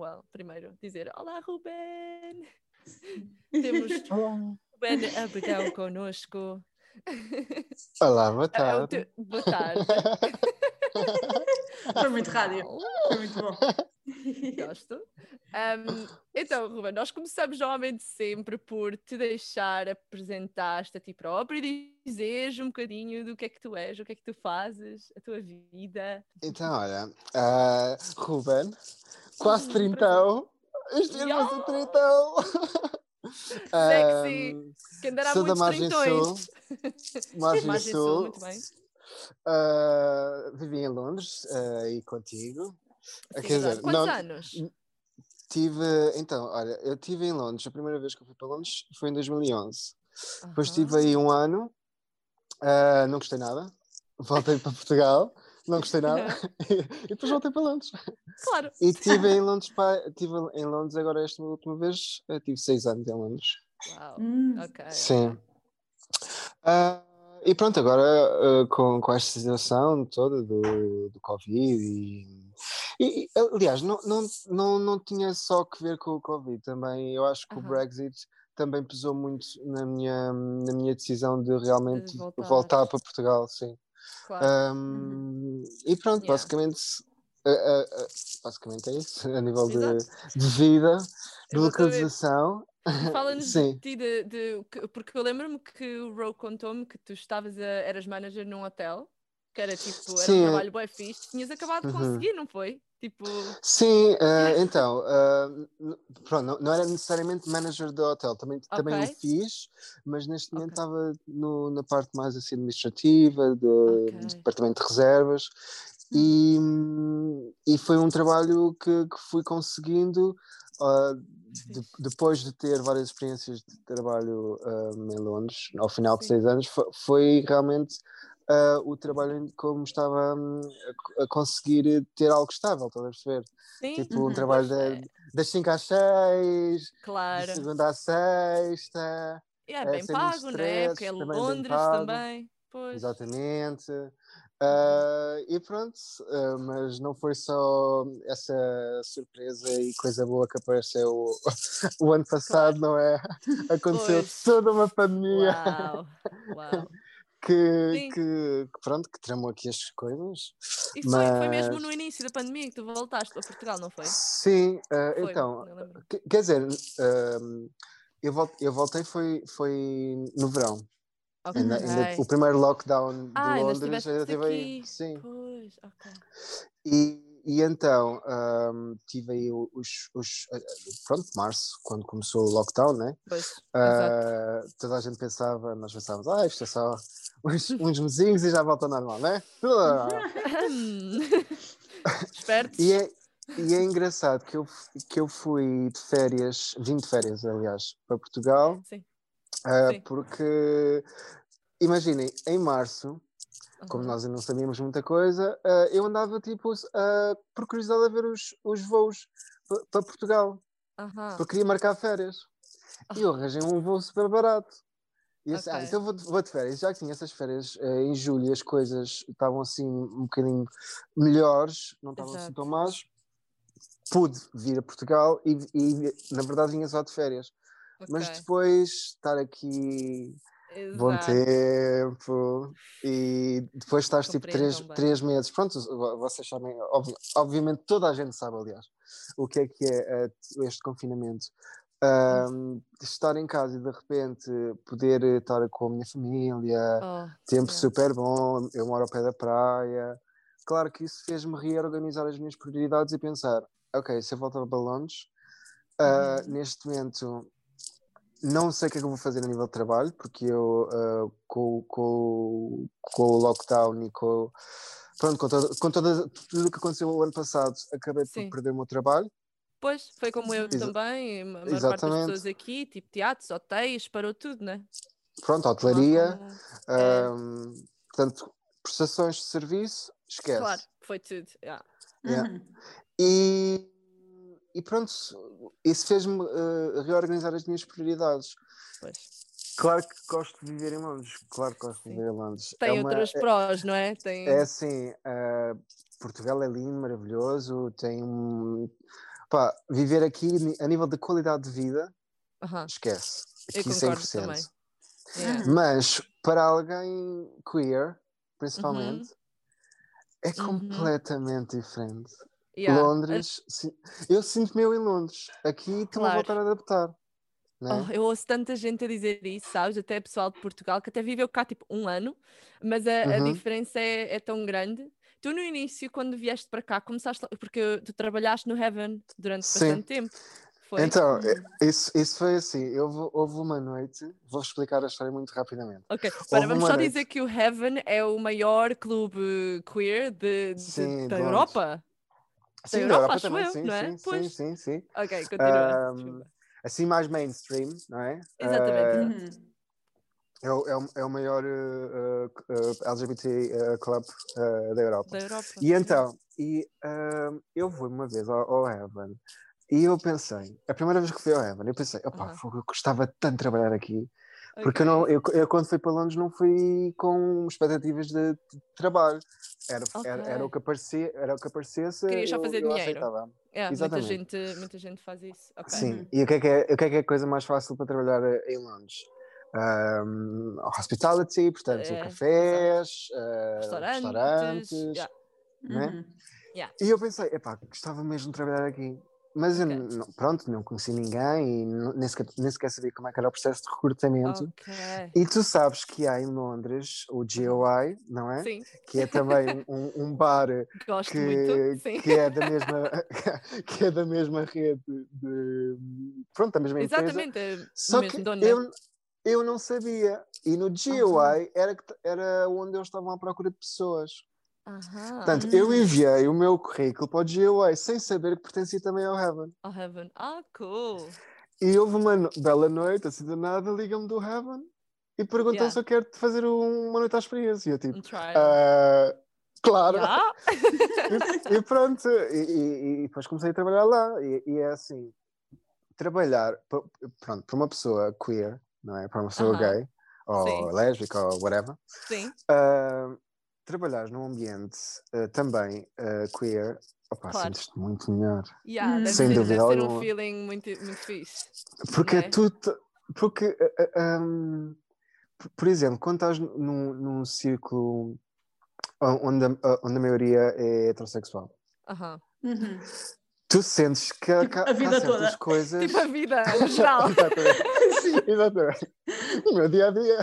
well, primeiro dizer olá, Ruben. Temos Olá. Ruben Abregão connosco. Olá, boa tarde. Boa tarde. Foi muito rádio. Formal. Foi muito bom. Gosto. Então, Ruben, nós começamos normalmente sempre por te deixar apresentar-te a ti próprio e dizeres um bocadinho do que é que tu és, o que é que tu fazes, a tua vida. Então, olha, Ruben, quase prazer. trintão. Este ano vai ser trintão. Sexy. Quem dará Sou da muitos Margem trintões. Sul. Margem Margem Sul. Sul, muito bem. Vivi em Londres e contigo. Sim, Quer verdade. dizer, Quantos não, anos? então, olha, eu estive em Londres. A primeira vez que eu fui para Londres foi em 2011. Depois estive Aham. aí um ano. Não gostei nada. Voltei para Portugal. Não gostei nada. E depois voltei para Londres. Claro. E estive em Londres agora esta última vez. Tive 6 anos em Londres. Uau. Ok. Sim. E pronto, agora com esta situação toda do Covid aliás, não tinha só que ver com o Covid também. Eu acho que o Brexit também pesou muito na minha decisão de realmente voltar para Portugal, sim. Claro. E pronto, Yeah. basicamente é isso, a nível Exato. de vida, de Exatamente. localização. E fala-nos Sim. de ti, porque eu lembro-me que o Ro contou-me que tu eras manager num hotel, que era tipo, era um Sim. trabalho bué fixe, tinhas acabado de conseguir, não foi? Tipo... Sim, então, pronto, não era necessariamente manager do hotel, também o fiz, mas neste momento estava na parte mais assim, administrativa, do departamento de reservas, e foi um trabalho que fui conseguindo depois de ter várias experiências de trabalho em Londres, ao final de 6 anos, foi realmente o trabalho como estava a conseguir ter algo estável, estás a perceber? Sim. Tipo um trabalho das 5 às 6, claro. de segunda à sexta. E é bem pago, não é? Porque é Londres também. Pois. Exatamente. E pronto, mas não foi só essa surpresa e coisa boa que apareceu o ano passado, não é? Aconteceu toda uma pandemia. Uau. Que tramou aqui as coisas. Isso foi mesmo no início da pandemia que tu voltaste para Portugal, não foi? Sim, então, quer dizer, eu voltei foi no verão. Ainda, o primeiro lockdown de Londres ainda estive aí. Sim. Pois, ok. E então tive aí pronto, março, quando começou o lockdown, né? Pois, toda a gente nós pensávamos, isto é só uns mesinhos e já volta ao normal, né? Espertos. E é engraçado que eu fui de férias, vim de férias, aliás, para Portugal. Sim. Porque imaginem, em março, como nós ainda não sabíamos muita coisa, eu andava tipo por curiosidade a ver os voos para Portugal, porque queria marcar férias. E eu arranjei um voo super barato. E eu disse, então vou de férias. Já que tinha essas férias em julho, as coisas estavam assim um bocadinho melhores, não estavam assim tão más, pude vir a Portugal e na verdade vinha só de férias. Mas depois estar aqui bom tempo e depois estás tipo 3 meses. Pronto, vocês sabem, obviamente toda a gente sabe, aliás, o que é este confinamento. Estar em casa e de repente poder estar com a minha família, tempo super bom, eu moro ao pé da praia. Claro que isso fez-me reorganizar as minhas prioridades e pensar, ok, se eu voltar para Londres, neste momento não sei o que é que eu vou fazer a nível de trabalho, porque eu com o lockdown e com tudo o que aconteceu o ano passado, acabei por perder o meu trabalho. Pois, foi como eu também, a maior parte das pessoas aqui, tipo teatros, hotéis, parou tudo, né? Pronto, hotelaria, portanto, prestações de serviço, esquece. Claro, foi tudo, E pronto, isso fez-me reorganizar as minhas prioridades. Pois. Claro que gosto de viver em Londres, de viver em Londres. Tem outros prós, não é? É assim, Portugal é lindo, maravilhoso, pá, viver aqui a nível de qualidade de vida, esquece. Eu Aqui concordo 100%. também. Yeah. Mas para alguém queer, principalmente, é completamente diferente. Yeah. Londres, eu sinto-me eu em Londres. Aqui estou-me a voltar a adaptar. Né? Eu ouço tanta gente a dizer isso, sabes? Até pessoal de Portugal que até viveu cá tipo 1 ano, mas a diferença é tão grande. Tu no início, quando vieste para cá, começaste, porque tu trabalhaste no Heaven durante bastante tempo. Foi? Então, isso foi assim. Houve uma noite, vou explicar a história muito rapidamente. Ok, vamos só dizer que o Heaven é o maior clube queer da Europa. Sim, da Europa acho também, eu, não é? sim. Ok, continua. Assim mais mainstream, não é? Exatamente. É o maior LGBT club da Europa. E então, eu fui uma vez ao Heaven e eu pensei, a primeira vez que fui ao Heaven, eu pensei, opá, eu gostava tanto de trabalhar aqui. Porque eu quando fui para Londres não fui com expectativas de trabalho. Era o que aparecesse, queria só fazer eu dinheiro. aceitava. Exatamente. Muita gente faz isso. Okay. Sim, e o que é a coisa mais fácil para trabalhar em Londres? Hospitality, portanto, cafés, restaurantes, né? E eu pensei, epá, gostava mesmo de trabalhar aqui. Mas eu não conheci ninguém e nem sequer sabia como é que era o processo de recrutamento. E tu sabes que há em Londres o GOI, não é? Sim. Que é também um bar Gosto muito, sim. que é da mesma que é da mesma rede da mesma empresa. Exatamente, Só que eu não sabia. E no GOI era onde eles estavam à procura de pessoas. Portanto, eu enviei o meu currículo para o GOI sem saber que pertencia também ao Heaven. Cool. E houve uma bela noite, assim do nada, liga-me do Heaven e perguntou se eu quero fazer uma noite à experiência. E eu tipo, claro. E pronto, e depois comecei a trabalhar lá. E é assim, trabalhar, pronto, para uma pessoa queer, não é? Para uma pessoa gay, ou lésbica, ou whatever. Sim. Trabalhar num ambiente também queer, sentes-te muito melhor. Sem dúvida deve ser alguma. um feeling muito, muito fixe. Porque por exemplo, quando estás num círculo onde a maioria é heterossexual, tu sentes que tipo, a vida há certas toda. coisas. Tipo a vida, no geral. Exatamente. O meu dia a dia.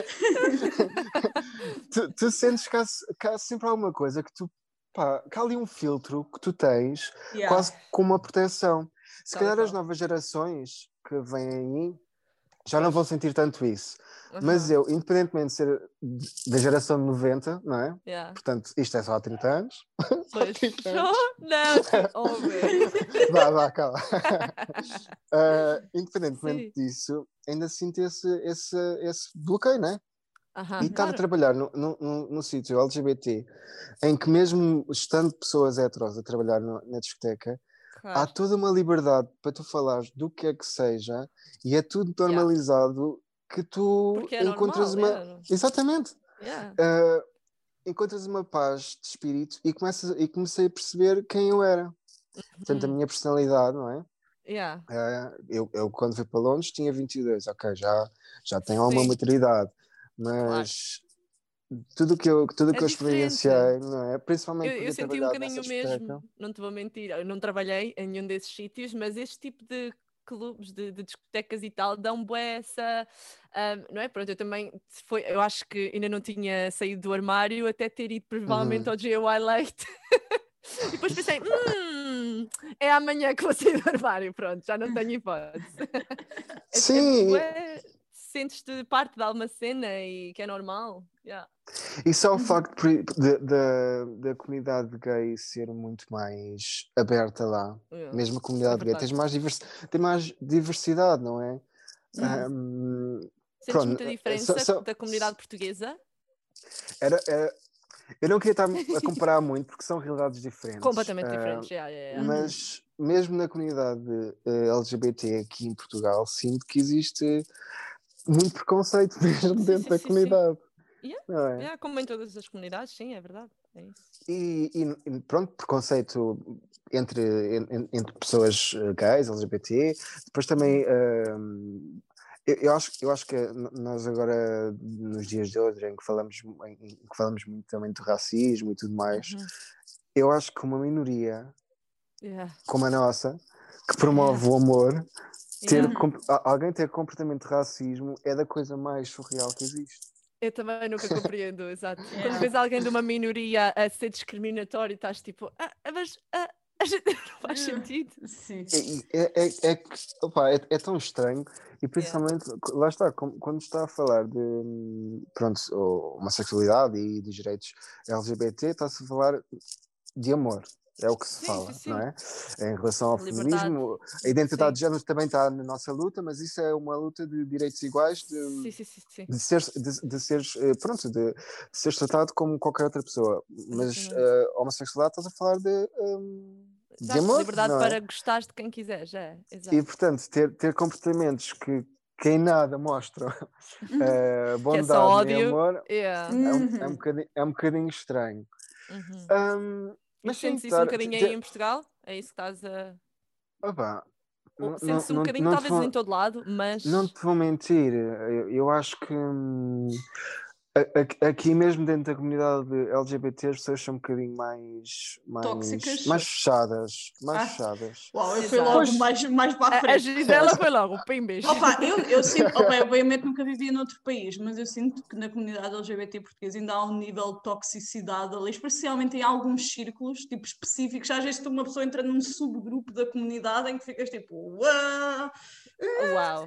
tu sentes que há sempre alguma coisa que que há ali um filtro que tu tens, quase como uma proteção. Se calhar as novas gerações que vêm aí já não vão sentir tanto isso. Mas eu, independentemente de ser da geração de 90, não é? Portanto, isto é só há 30 anos. Pois. Não, Vá, calma. Independentemente disso, ainda sinto esse bloqueio, não é? E estar a trabalhar no sítio LGBT, em que mesmo estando pessoas heteros a trabalhar na discoteca, há toda uma liberdade para tu falares do que é que seja e é tudo normalizado que tu encontras normal, Exatamente. Encontras uma paz de espírito e comecei a perceber quem eu era. Portanto, a minha personalidade, não é? Eu quando fui para Londres tinha 22, ok, já tenho alguma maturidade, mas tudo que eu experienciei, não é? Principalmente eu senti um bocadinho mesmo, não te vou mentir, eu não trabalhei em nenhum desses sítios, mas este tipo de clubes, de discotecas e tal, dão bué essa, não é? Pronto, eu acho que ainda não tinha saído do armário até ter ido provavelmente ao GOI Late. E depois pensei, é amanhã que vou sair do armário, pronto, já não tenho hipótese. Sim. Sentes-te parte de alguma cena e que é normal. E só o facto da comunidade gay ser muito mais aberta lá, mesmo a comunidade gay, tem mais diversidade, não é? Sentes muita diferença da comunidade portuguesa? Eu não queria estar a comparar muito porque são realidades diferentes. Completamente diferentes, mas mesmo na comunidade LGBT aqui em Portugal, sinto que existe muito preconceito mesmo dentro da comunidade. Como em todas as comunidades, sim, é verdade. É isso. E pronto, preconceito entre pessoas gays, LGBT. Depois também eu acho que nós agora, nos dias de hoje, em que falamos muito também de racismo e tudo mais, eu acho que uma minoria como a nossa, que promove o amor, alguém ter comportamento de racismo é da coisa mais surreal que existe. Eu também nunca compreendo, exato. Quando vês alguém de uma minoria a ser discriminatório, estás tipo, mas a gente não faz sentido. Sim. É tão estranho, e principalmente, lá está, quando está a falar de homossexualidade e dos direitos LGBT, está-se a falar de amor. É o que se fala, não é? Em relação ao feminismo, a identidade de género também está na nossa luta, mas isso é uma luta de direitos iguais, de seres tratado como qualquer outra pessoa. Mas a homossexualidade, estás a falar de amor, liberdade não é? para gostares de quem quiseres, exato. E portanto, ter comportamentos que em nada mostram bondade que é só ódio, nem amor é um bocadinho estranho. Mas sentes isso um bocadinho aí em Portugal? É isso que estás a... Sentes um bocadinho, talvez em todo lado, mas... Não te vou mentir, eu acho que aqui mesmo dentro da comunidade LGBT as pessoas são um bocadinho mais tóxicas, mais fechadas. Uau, eu fui logo mais para a frente. A Gisela foi logo, beijo. Eu sinto, obviamente nunca vivi noutro país, mas eu sinto que na comunidade LGBT portuguesa ainda há um nível de toxicidade ali, especialmente em alguns círculos, tipo, específicos. Às vezes uma pessoa entra num subgrupo da comunidade em que ficas tipo, uau.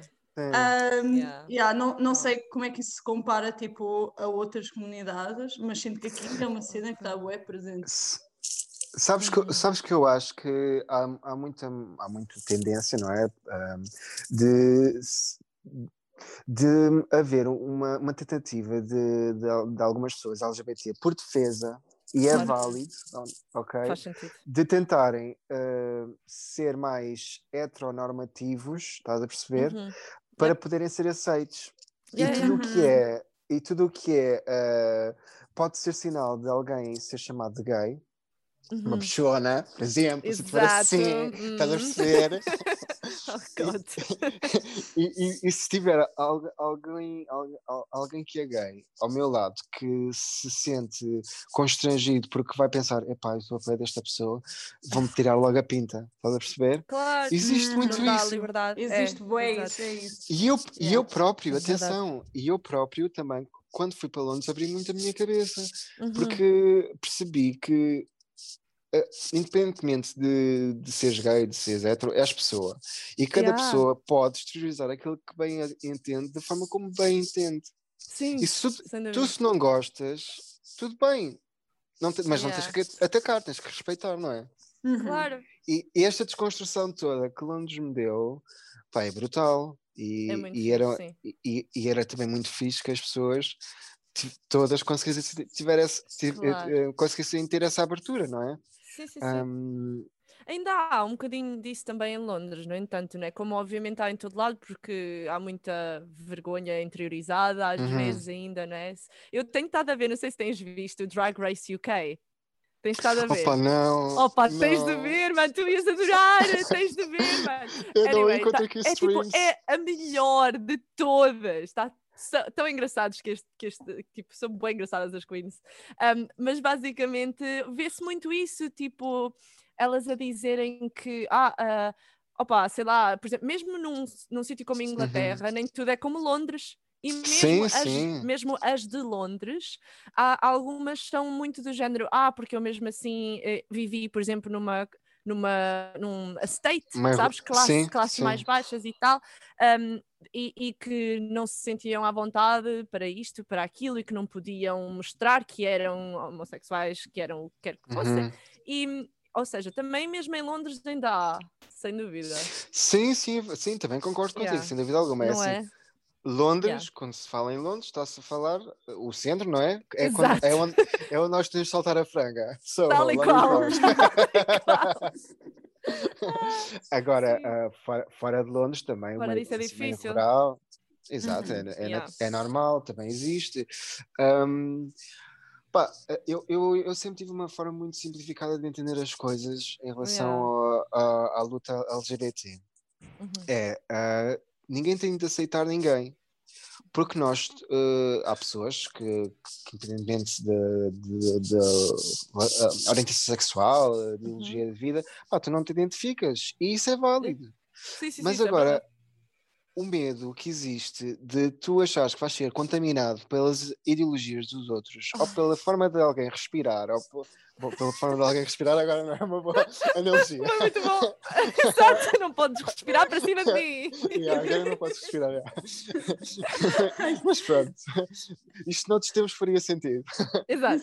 Não sei como é que isso se compara tipo, a outras comunidades, mas sinto que aqui é uma cena que está bué presente. Sabes que eu acho que há muita tendência, não é? De haver uma tentativa de algumas pessoas LGBT por defesa, e é válido, ok? Faz sentido. De tentarem ser mais heteronormativos, estás a perceber? Para poderem ser aceitos. E tudo o que é pode ser sinal de alguém ser chamado de gay. Uma bichona, por exemplo, se for assim, estás a perceber? E se tiver alguém que é gay ao meu lado que se sente constrangido porque vai pensar, epá, eu sou a pé desta pessoa, vão-me tirar logo a pinta, estás a perceber? Claro, existe muito isso. Liberdade. Existe bué, isso é isso. E eu próprio, atenção, e eu próprio também, quando fui para Londres, abri muito a minha cabeça, porque percebi que independentemente de seres gay, de seres hetero, és pessoa. E cada pessoa pode exteriorizar aquilo que bem entende da forma como bem entende. Sim, e se tu se não gostas, tudo bem. Mas não tens que atacar, tens que respeitar, não é? Claro. E esta desconstrução toda que Londres me deu, pá, é brutal. E era também muito fixe que as pessoas todas conseguissem ter essa abertura, não é? Sim. Ainda há um bocadinho disso também em Londres, no entanto, né? Como obviamente há em todo lado, porque há muita vergonha interiorizada, às vezes ainda, né? Eu tenho estado a ver, não sei se tens visto o Drag Race UK. Tens estado a ver? Não. Tens de ver, mano, tu ias adorar, tens de ver, mano. Anyway, é a melhor de todas, está tão engraçados que tipo, são bem engraçadas as queens, mas basicamente vê-se muito isso, tipo, elas a dizerem que sei lá, por exemplo, mesmo num sítio como Inglaterra, nem tudo é como Londres. E mesmo as de Londres, algumas são muito do género, porque eu mesmo assim vivi, por exemplo, num estate, sabes? Classes mais baixas e tal, e que não se sentiam à vontade para isto, para aquilo, e que não podiam mostrar que eram homossexuais, que eram o que quer que fossem. Ou seja, também mesmo em Londres ainda há, sem dúvida. Sim, também concordo contigo, sem dúvida alguma. Não é? Londres, quando se fala em Londres, está-se a falar o centro, não é? É onde nós temos de saltar a franga. Tal e qual. Agora, fora de Londres também, fora disso é difícil. Rural, exato, é normal, também existe. Pá, eu sempre tive uma forma muito simplificada de entender as coisas em relação à luta LGBT. Ninguém tem de aceitar ninguém. Porque nós, há pessoas que independentemente da orientação sexual, da ideologia de vida, pá, tu não te identificas. E isso é válido. Sim, Mas isso agora, é verdade. o medo que existe de tu achares que vais ser contaminado pelas ideologias dos outros, ou pela forma de alguém respirar, ou pela forma de alguém respirar, agora não é uma boa analogia. Foi muito bom. Exato, não podes respirar para cima de mim. Agora não podes respirar. Mas pronto, isto noutros tempos faria sentido. Exato.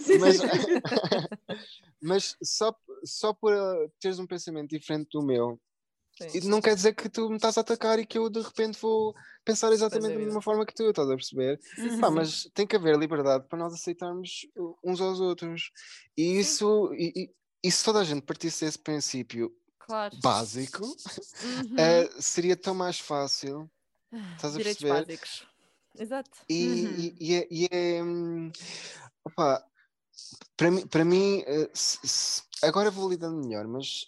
Mas só por teres um pensamento diferente do meu, Sim. não quer dizer que tu me estás a atacar e que eu de repente vou pensar exatamente da mesma forma que tu, estás a perceber? Sim. Mas tem que haver liberdade para nós aceitarmos uns aos outros. E isso, e se toda a gente partisse desse princípio básico, seria tão mais fácil. Estás a Direitos perceber? básicos. Exato. E é opa, para mim agora vou lidando melhor, mas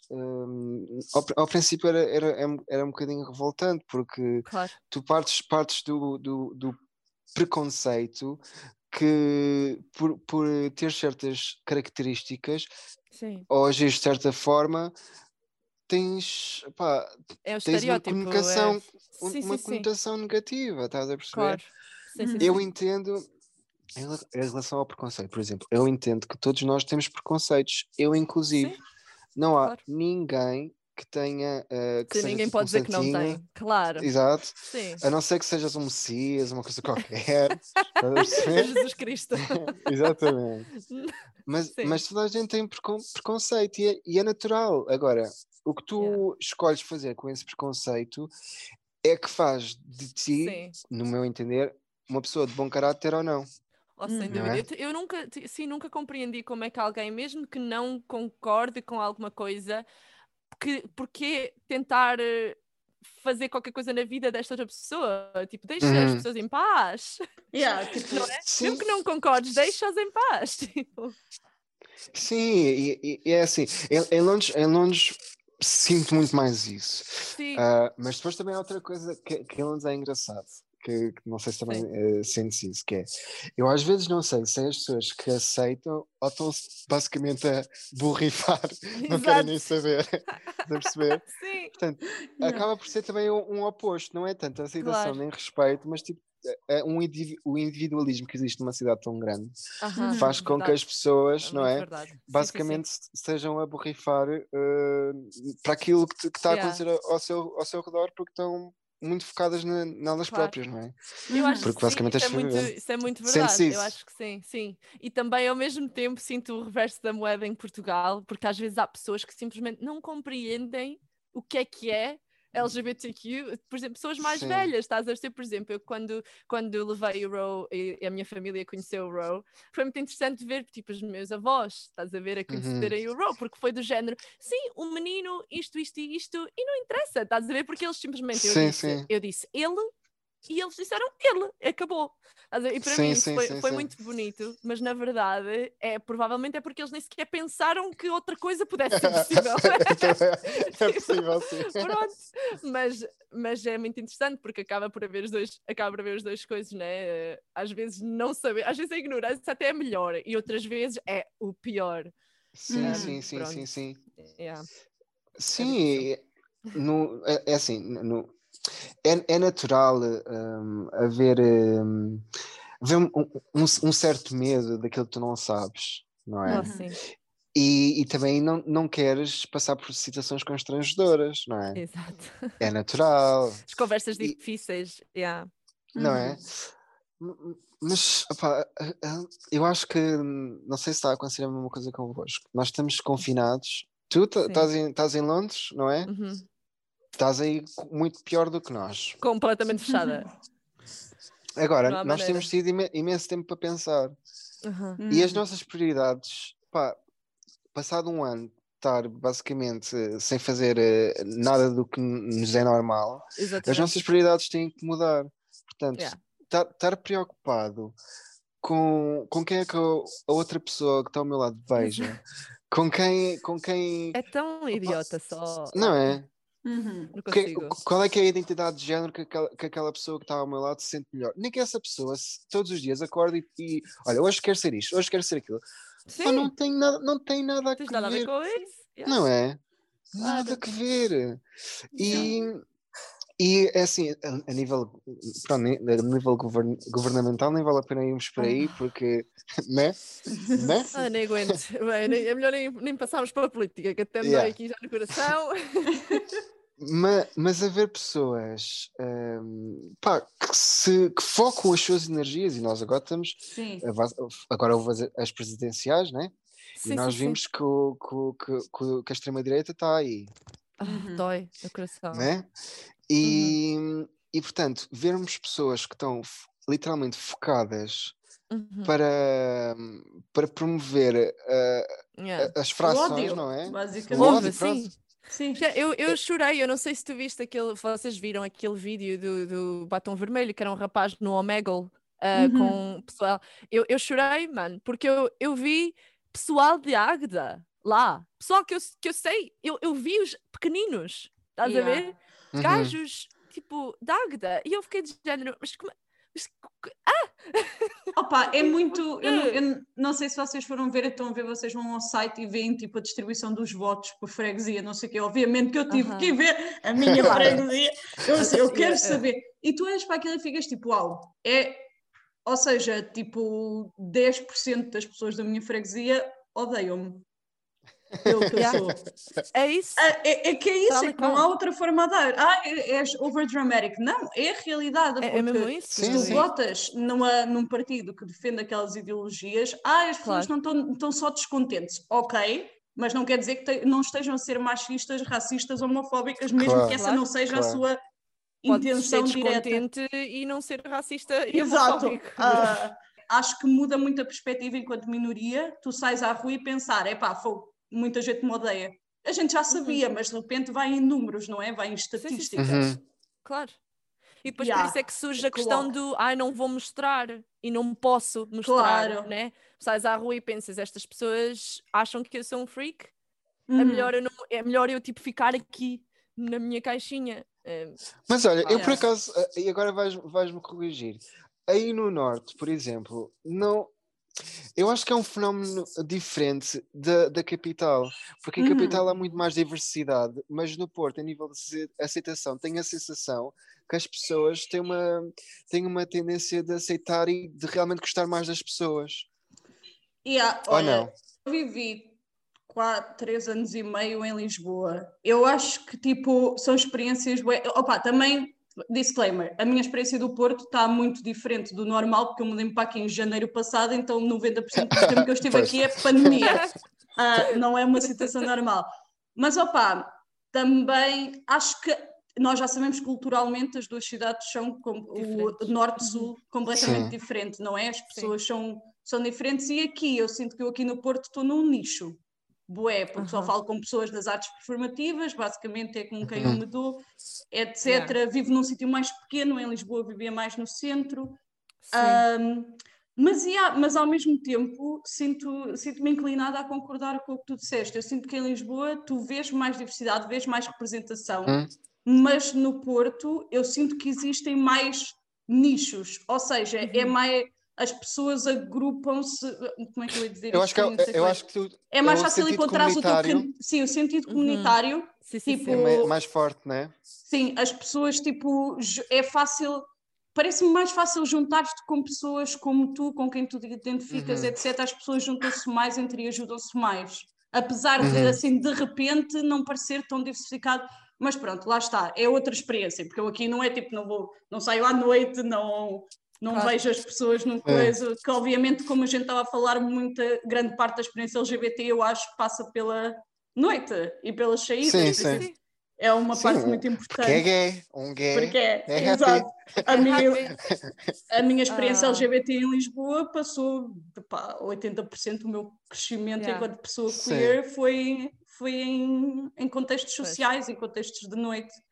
ao princípio era um bocadinho revoltante, porque tu partes do preconceito que por ter certas características ou agir de certa forma tens um uma estereótipo, conotação, sim. uma conotação negativa, estás a perceber? Claro. Sim. Eu entendo em relação ao preconceito, por exemplo, eu entendo que todos nós temos preconceitos, eu inclusive. Sim. Não há ninguém que tenha que seja ninguém tipo pode dizer que não tem, claro. Exato. Sim. A não ser que sejas um Messias, uma coisa qualquer. Estás a perceber? Jesus Cristo. Exatamente. Mas toda a gente tem preconceito e é natural. Agora, o que tu escolhes fazer com esse preconceito é que faz de ti, no meu entender, uma pessoa de bom caráter ou não. Sem dúvida. Eu nunca compreendi como é que alguém, mesmo que não concorde com alguma coisa, porque tentar fazer qualquer coisa na vida desta outra pessoa, tipo, deixa as pessoas em paz. Tipo, não é? Mesmo que não concordes, deixa-os em paz. Tipo. Sim, e é assim, em Londres sinto muito mais isso. Mas depois também há outra coisa que em Londres é engraçado, que não sei se também sentes isso, que é, eu às vezes não sei se é as pessoas que aceitam ou estão basicamente a borrifar, não querem nem saber, estás a perceber? Sim. Portanto, acaba por ser também um oposto, não é tanto aceitação nem respeito, mas tipo, o individualismo que existe numa cidade tão grande faz com que as pessoas, não é? Basicamente estejam a borrifar para aquilo que está a acontecer ao seu redor, porque estão muito focadas nelas próprias, não é? Eu acho porque que basicamente isso é muito verdade. Eu acho que sim. E também ao mesmo tempo sinto o reverso da moeda em Portugal, porque às vezes há pessoas que simplesmente não compreendem o que é LGBTQ, por exemplo, pessoas mais velhas, estás a ver? Por exemplo, eu quando levei o Roe e a minha família conheceu o Roe, foi muito interessante ver, tipo, os meus avós, estás a ver, a conhecerem o Roe, porque foi do género, sim, um menino, isto, e não interessa, estás a ver, porque eles simplesmente, eu disse ele, e eles disseram ele, acabou. E para mim isso foi muito bonito, mas na verdade provavelmente é porque eles nem sequer pensaram que outra coisa pudesse ser possível. É possível, sim. Pronto, mas é muito interessante porque acaba por haver as duas coisas, né? Às vezes não saber, às vezes a ignorância até é melhor e outras vezes é o pior. Sim. Yeah. Sim, é assim, é natural haver um certo medo daquilo que tu não sabes, não é? Sim. E também não queres passar por situações constrangedoras, não é? Exato. É natural. As conversas difíceis, não é? Mas opá, eu acho que não sei se está a acontecer a mesma coisa convosco. Nós estamos confinados. Tu estás em Londres, não é? Estás aí muito pior do que nós. Completamente fechada. Agora, nós temos tido imenso tempo para pensar. E as nossas prioridades, passado um ano, estar basicamente sem fazer nada do que nos é normal, as nossas prioridades têm que mudar. Portanto, estar preocupado com quem é que a outra pessoa que está ao meu lado beija, com quem É tão idiota só. não é? Uhum. Não consigo. Qual é que é a identidade de género que aquela pessoa que está ao meu lado se sente melhor? Nem que essa pessoa todos os dias acorda e olha, hoje quero ser isto, hoje quero ser aquilo. Pá, não Sim, tem nada a tens que nada a ver ver, com isso. Yeah. não é? Nada Claro. a que ver. E é assim, a nível, pronto, a nível governamental nem vale a pena irmos por aí, porque, né? Né? Nem aguento. Bem, é melhor nem passarmos para a política, que até me dói Yeah. aqui já no coração. Mas haver pessoas pá, que focam as suas energias, e nós agora estamos, Sim. agora houve as presidenciais, né? E Sim, nós sim, vimos que a extrema-direita está aí, dói no coração. né? E portanto, vermos pessoas que estão literalmente focadas para promover Yeah. as O frações, ódio, não é? basicamente. O ódio, Houve, pronto. sim. Sim. Eu chorei, eu não sei se tu viste vocês viram aquele vídeo do Batom Vermelho, que era um rapaz no Omegle com pessoal. Eu chorei, mano, porque eu vi pessoal de Águeda lá, pessoal que eu sei, eu vi os pequeninos, estás a ver? Uhum. Gajos tipo de Águeda, e eu fiquei de género, mas como. Opa, é muito. quê? Eu não sei se vocês foram ver, então vocês vão ao site e veem tipo a distribuição dos votos por freguesia, não sei o quê. Obviamente que eu tive que ir ver a minha freguesia. Eu quero saber. E tu olhas para aquilo e ficas tipo, uau, ou seja, tipo 10% das pessoas da minha freguesia odeiam-me pelo que eu sou. É isso. É que é isso, Tal é e que não qual. há outra forma a dar. És overdramatic. Não, é a realidade. É Porque mesmo isso. se tu Sim. votas num partido que defende aquelas ideologias, as pessoas Claro. não estão só descontentes. Ok, mas não quer dizer que não estejam a ser machistas, racistas, homofóbicas, mesmo que essa Claro, não seja a claro. sua Podes ser intenção direta. descontente e não ser racista e Exato. homofóbico. Acho que muda muito a perspectiva enquanto minoria. Tu sais à rua e pensar, muita gente me odeia. A gente já sabia, mas de repente vai em números, não é? Vai em estatísticas. Uhum. Claro. E depois por isso é que surge a questão do não vou mostrar e não posso mostrar, Claro. né? Sais à rua e pensas, estas pessoas acham que eu sou um freak? É melhor eu tipo ficar aqui na minha caixinha. Mas olha, eu por Yeah. acaso, e agora vais-me corrigir. Aí no norte, por exemplo, não. Eu acho que é um fenómeno diferente da capital, porque em capital há muito mais diversidade, mas no Porto, a nível de aceitação, tenho a sensação que as pessoas têm uma tendência de aceitar e de realmente gostar mais das pessoas. Ou não? Eu vivi 3 anos e meio em Lisboa. Eu acho que tipo são experiências. Opa, também disclaimer, a minha experiência do Porto está muito diferente do normal, porque eu mudei-me para aqui em janeiro passado, então 90% do tempo que eu estive aqui é pandemia. Não é uma situação normal. Mas opa, também acho que nós já sabemos que culturalmente as duas cidades são o norte e sul completamente diferente, não é? As pessoas são diferentes e aqui eu sinto que eu aqui no Porto estou num nicho. Bué, porque só falo com pessoas das artes performativas, basicamente é com quem eu me dou, etc. Yeah. Vivo num sítio mais pequeno, em Lisboa vivia mais no centro. Sim. Mas ao mesmo tempo sinto-me inclinada a concordar com o que tu disseste. Eu sinto que em Lisboa tu vês mais diversidade, vês mais representação, mas no Porto eu sinto que existem mais nichos, ou seja, é mais... As pessoas agrupam-se. Como é que eu ia dizer isto? Eu acho que é mais fácil sentido encontrar o teu sim, o sentido comunitário. Sim, tipo, é mais forte, não é? Sim, as pessoas, tipo, é fácil. Parece-me mais fácil juntar-te com pessoas como tu, com quem tu te identificas, etc. As pessoas juntam-se mais entre e ajudam-se mais. Apesar de, assim, de repente, não parecer tão diversificado. Mas pronto, lá está. É outra experiência, porque eu aqui não é tipo, não saio à noite, não vejo as pessoas numa coisa que, obviamente, como a gente estava a falar, grande parte da experiência LGBT eu acho que passa pela noite e pelas saídas. Sim. É uma parte muito importante. Porque é gay, Porque é exato. happy. A minha experiência LGBT em Lisboa passou, 80% do meu crescimento enquanto pessoa queer foi em contextos sociais, em contextos de noite.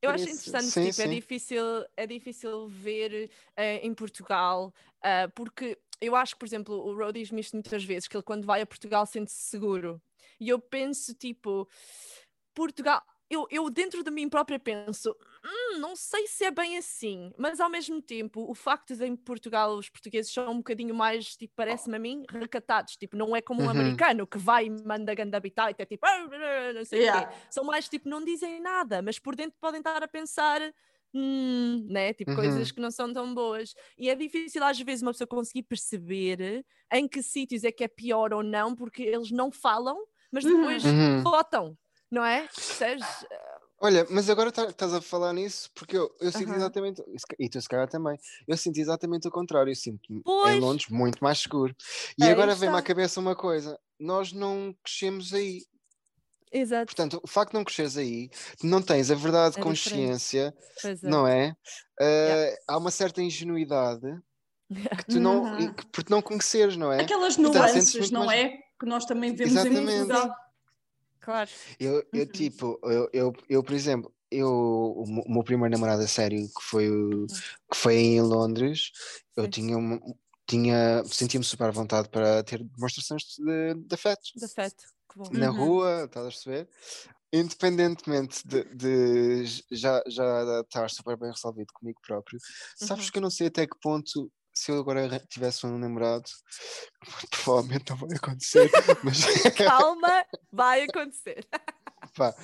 Eu Por acho isso, interessante, sim, tipo, sim. é difícil ver em Portugal, porque eu acho que, por exemplo, o Ro diz-me isto muitas vezes, que ele quando vai a Portugal sente-se seguro. E eu penso, tipo, Portugal, eu dentro de mim própria penso, não sei se é bem assim, mas ao mesmo tempo, o facto de em Portugal os portugueses são um bocadinho mais, tipo, parece-me a mim, recatados, tipo, não é como um Uhum, americano que vai e manda ganda habitat, é tipo, não sei o quê. Yeah. São mais, tipo, não dizem nada, mas por dentro podem estar a pensar, né, tipo, coisas uhum, que não são tão boas. E é difícil às vezes uma pessoa conseguir perceber em que sítios é que é pior ou não, porque eles não falam, mas Uhum. depois uhum. votam, não é? Percebes? Olha, mas agora estás a falar nisso porque eu sinto Aham. exatamente, e tu se calhar também, eu sinto exatamente o contrário, eu sinto-me em Pois, Londres muito mais seguro. E aí agora vem-me à está. cabeça uma coisa, nós não crescemos aí. Exato. Portanto, o facto de não cresceres aí, não tens a verdade de É diferente. consciência, Pois é. não é? Yeah. Há uma certa ingenuidade que tu não, Uhum. por te não conheceres, não é? Aquelas Portanto, sentes nuances, muito não mais. é? Que nós também vemos em Exatamente. Portugal. Sim, claro. Eu Uhum. tipo, eu, por exemplo, o meu primeiro namorado a sério, Uhum. que foi em Londres, eu Sim. sentia-me super à vontade para ter demonstrações de afeto De afeto. Que bom. na Uhum. rua, estás a perceber? Independentemente de já estar super bem resolvido comigo próprio, sabes Uhum. que eu não sei até que ponto, se eu agora tivesse um namorado, provavelmente não vai acontecer, mas Calma, vai acontecer. pá,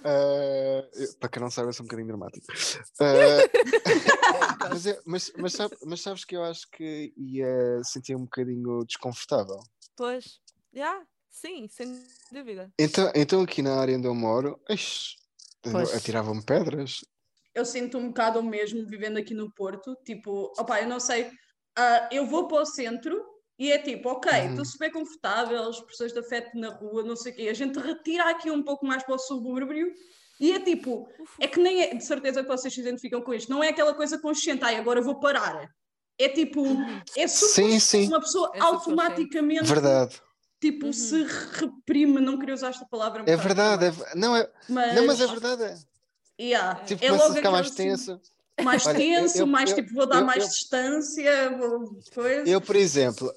para quem não sabe, eu sou um bocadinho dramático. Ah, Gosto. mas sabes que eu acho que ia sentir um bocadinho desconfortável. Pois, já, sim, sem dúvida. Então aqui na área onde eu moro, Pois. atiravam-me pedras. Eu sinto um bocado o mesmo vivendo aqui no Porto. Tipo, opá, eu não sei, eu vou para o centro e é tipo, ok, estou Uhum. super confortável, expressões de afeto na rua, não sei o quê. A gente retira aqui um pouco mais para o subúrbio e é tipo, Uf, é uf. que nem é, de certeza que vocês se identificam com isto, não é aquela coisa consciente, ai, agora vou parar. É tipo, Uhum. é Sim, subconsciente, sim, uma pessoa É subconsciente. automaticamente, verdade. tipo, se Uhum. reprime, não queria usar esta palavra, é um É bocado verdade, tramada, não, não, mas é mas, verdade. yeah, É. Tipo, é começa a logo ficar aquela mais assim tenso. mais Olha, tenso, mais tipo, vou dar mais eu, distância, coisa. por exemplo,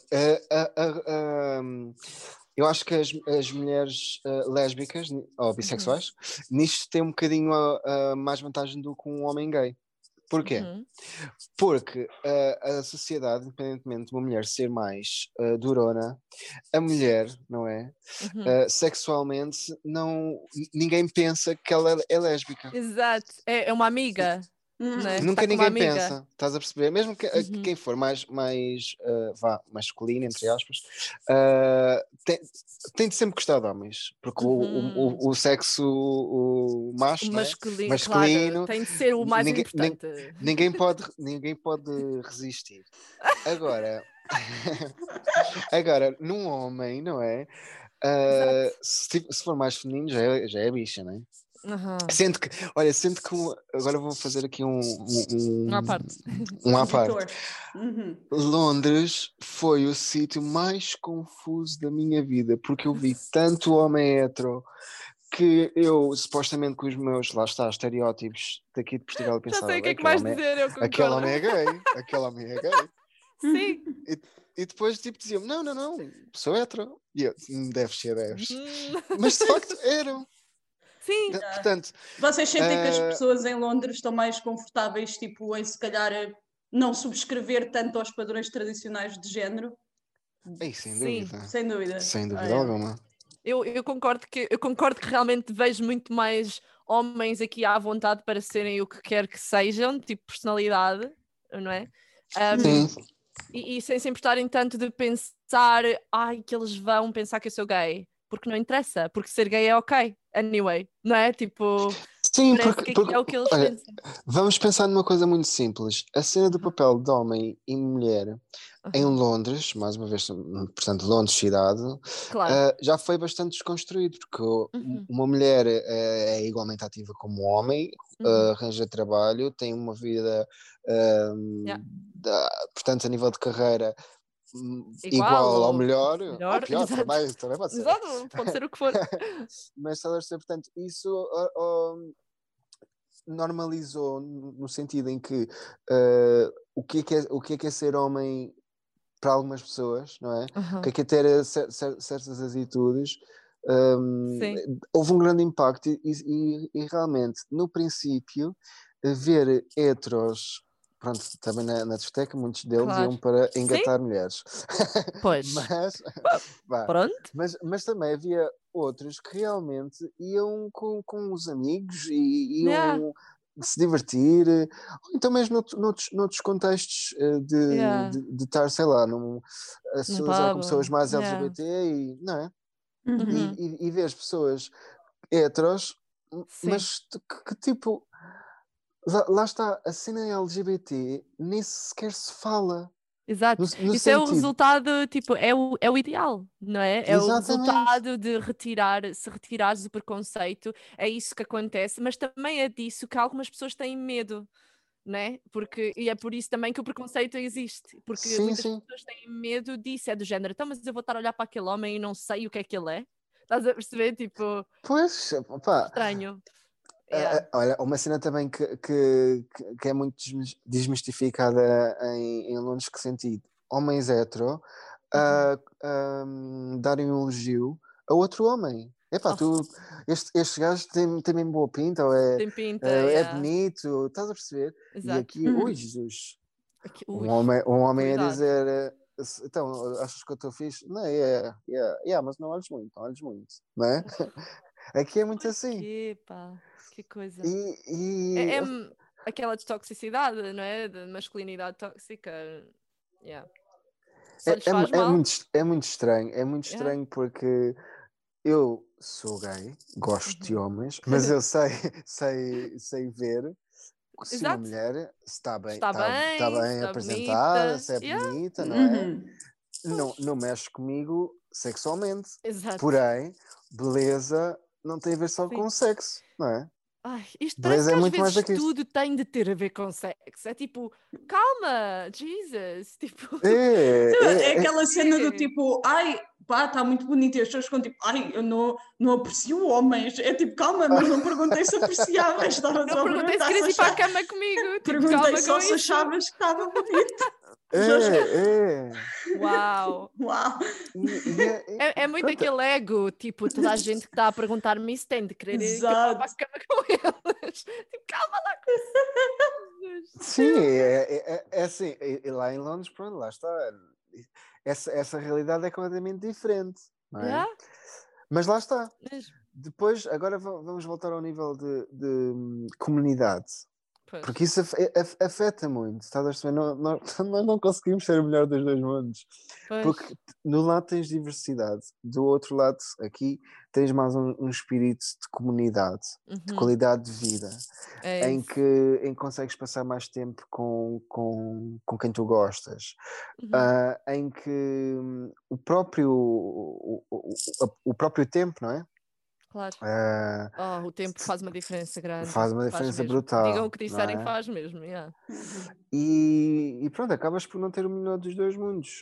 eu acho que as mulheres lésbicas ou Uhum. bissexuais nisto têm um bocadinho mais vantagem do que um homem gay. Porquê? Uhum. Porque a sociedade, independentemente de uma mulher ser mais durona, a mulher, não é? Uhum. Sexualmente, ninguém pensa que ela é lésbica. Exato. É uma amiga, né? Uhum. Está Nunca com uma ninguém amiga. pensa, estás a perceber? Mesmo que Uhum. quem for vá, masculino, entre aspas, tem, tem de sempre gostar de homens, porque Uhum. o sexo o O macho, não é? masculino, claro, Masculino, tem de ser o mais ninguém, importante. ninguém pode resistir. Agora, agora, num homem, não é? Exato. Se for mais feminino, já é bicha, não é? Aham. Sente que agora vou fazer aqui Uma parte. um à Um parte. detour. Uhum. Londres foi o sítio mais confuso da minha vida, porque eu vi tanto homem hétero que eu, supostamente com os meus, lá está, estereótipos daqui de Portugal, eu Já sei pensava, o que "Bem, é que mais dizer, eu aquele concordo. homem é gay, aquele homem é gay." Sim. E, e depois tipo diziam, não, sou hétero. E eu, deves. Hum. Mas de facto eram. Sim. Portanto, Vocês sentem que as ah, pessoas em Londres estão mais confortáveis, tipo, em se calhar não subscrever tanto aos padrões tradicionais de género? sem Sim. dúvida, Sem dúvida. sem Ah, dúvida é. alguma. Eu concordo que realmente vejo muito mais homens aqui à vontade para serem o que quer que sejam, tipo personalidade, não é? Um, Sim, e sem se importarem tanto de pensar, ai, que eles vão pensar que eu sou gay, porque não interessa, porque ser gay é ok, anyway, não é? Tipo, sim, parece que aqui é o que eles olha, pensam. vamos pensar numa coisa muito simples. A cena do Uhum, papel de homem e mulher em uhum. Londres, mais uma vez, portanto, Londres cidade, Claro. já foi bastante desconstruído, porque Uhum, uma mulher é igualmente ativa como um homem, uhum. arranja trabalho, tem uma vida, Yeah. portanto, a nível de carreira, Igual igual ao ou melhor, ou melhor, pior, exato. também pode ser. Exato, pode ser o que for. Mas, estás a perceber, portanto, isso normalizou no sentido em que o que é ser homem para algumas pessoas, não é? O que é ter certas atitudes. Houve um grande impacto e realmente, no princípio, ver heteros, pronto, também na discoteca, muitos deles iam para engatar mulheres. Pois. Pronto. Mas também havia outros que realmente iam com os amigos e iam se divertir, ou então mesmo noutros contextos de estar, sei lá, a socializar com pessoas mais LGBT e, não é? E ver as pessoas heteros, mas que tipo, lá está, a cena LGBT nem sequer se fala. Exato, isso é o resultado, tipo, é o ideal, não é? É o resultado de se retirares o preconceito, é isso que acontece, mas também é disso que algumas pessoas têm medo, não é? E é por isso também que o preconceito existe, porque muitas pessoas têm medo disso, é do género, então, mas eu vou estar a olhar para aquele homem e não sei o que é que ele é? Estás a perceber? Tipo, pois, opa, estranho. Olha, uma cena também que é muito desmistificada em Londres, que sentido? Homens hetero darem um elogio a outro homem. Epá, este gajo tem mesmo boa pinta, ou tem pinta, é bonito, estás a perceber? Exato. E aqui, ui, Jesus, um homem a dizer, então, achas que eu estou fixe? Não, mas não olhes muito, não é? Aqui é muito assim. Que coisa. E é aquela toxicidade, não é? De masculinidade tóxica. Só lhes faz mal. É muito estranho. É muito estranho porque eu sou gay, gosto de homens, mas eu sei ver se uma mulher está bem apresentada, bonita. se é bonita, não é? Não mexe comigo sexualmente. Exato. Porém, beleza não tem a ver só com sexo, não é? Ai, isto parece beleza que é às muito mais vezes do que isto. tudo tem de ter a ver com sexo. É tipo, calma, Jesus. Tipo... É aquela cena do tipo, ai, pá, está muito bonito. E as pessoas ficam tipo, ai, eu não aprecio homens. É tipo, calma, mas não perguntei se apreciavas. Estava só a perguntei se querias ir para a cama comigo. Perguntei só se achavas que estava bonito. Uau! É muito aquele ego, tipo, toda a gente que está a perguntar-me isso tem de querer ir para a cama com eles. Tipo, calma lá com isso. Sim, é assim, e lá em Londres, pronto, lá está. Essa realidade é completamente diferente, não é? Mas lá está. Depois, agora vamos voltar ao nível de comunidade. Porque isso afeta muito, estás a perceber? Nós não conseguimos ser o melhor dos dois mundos. Porque no lado tens diversidade, do outro lado aqui tens mais um espírito de comunidade, de qualidade de vida, em que consegues passar mais tempo com quem tu gostas, em que o próprio tempo, não é? Claro. O tempo faz uma diferença grande. Faz uma diferença brutal. Digam o que disserem, faz mesmo. E pronto, acabas por não ter o melhor dos dois mundos.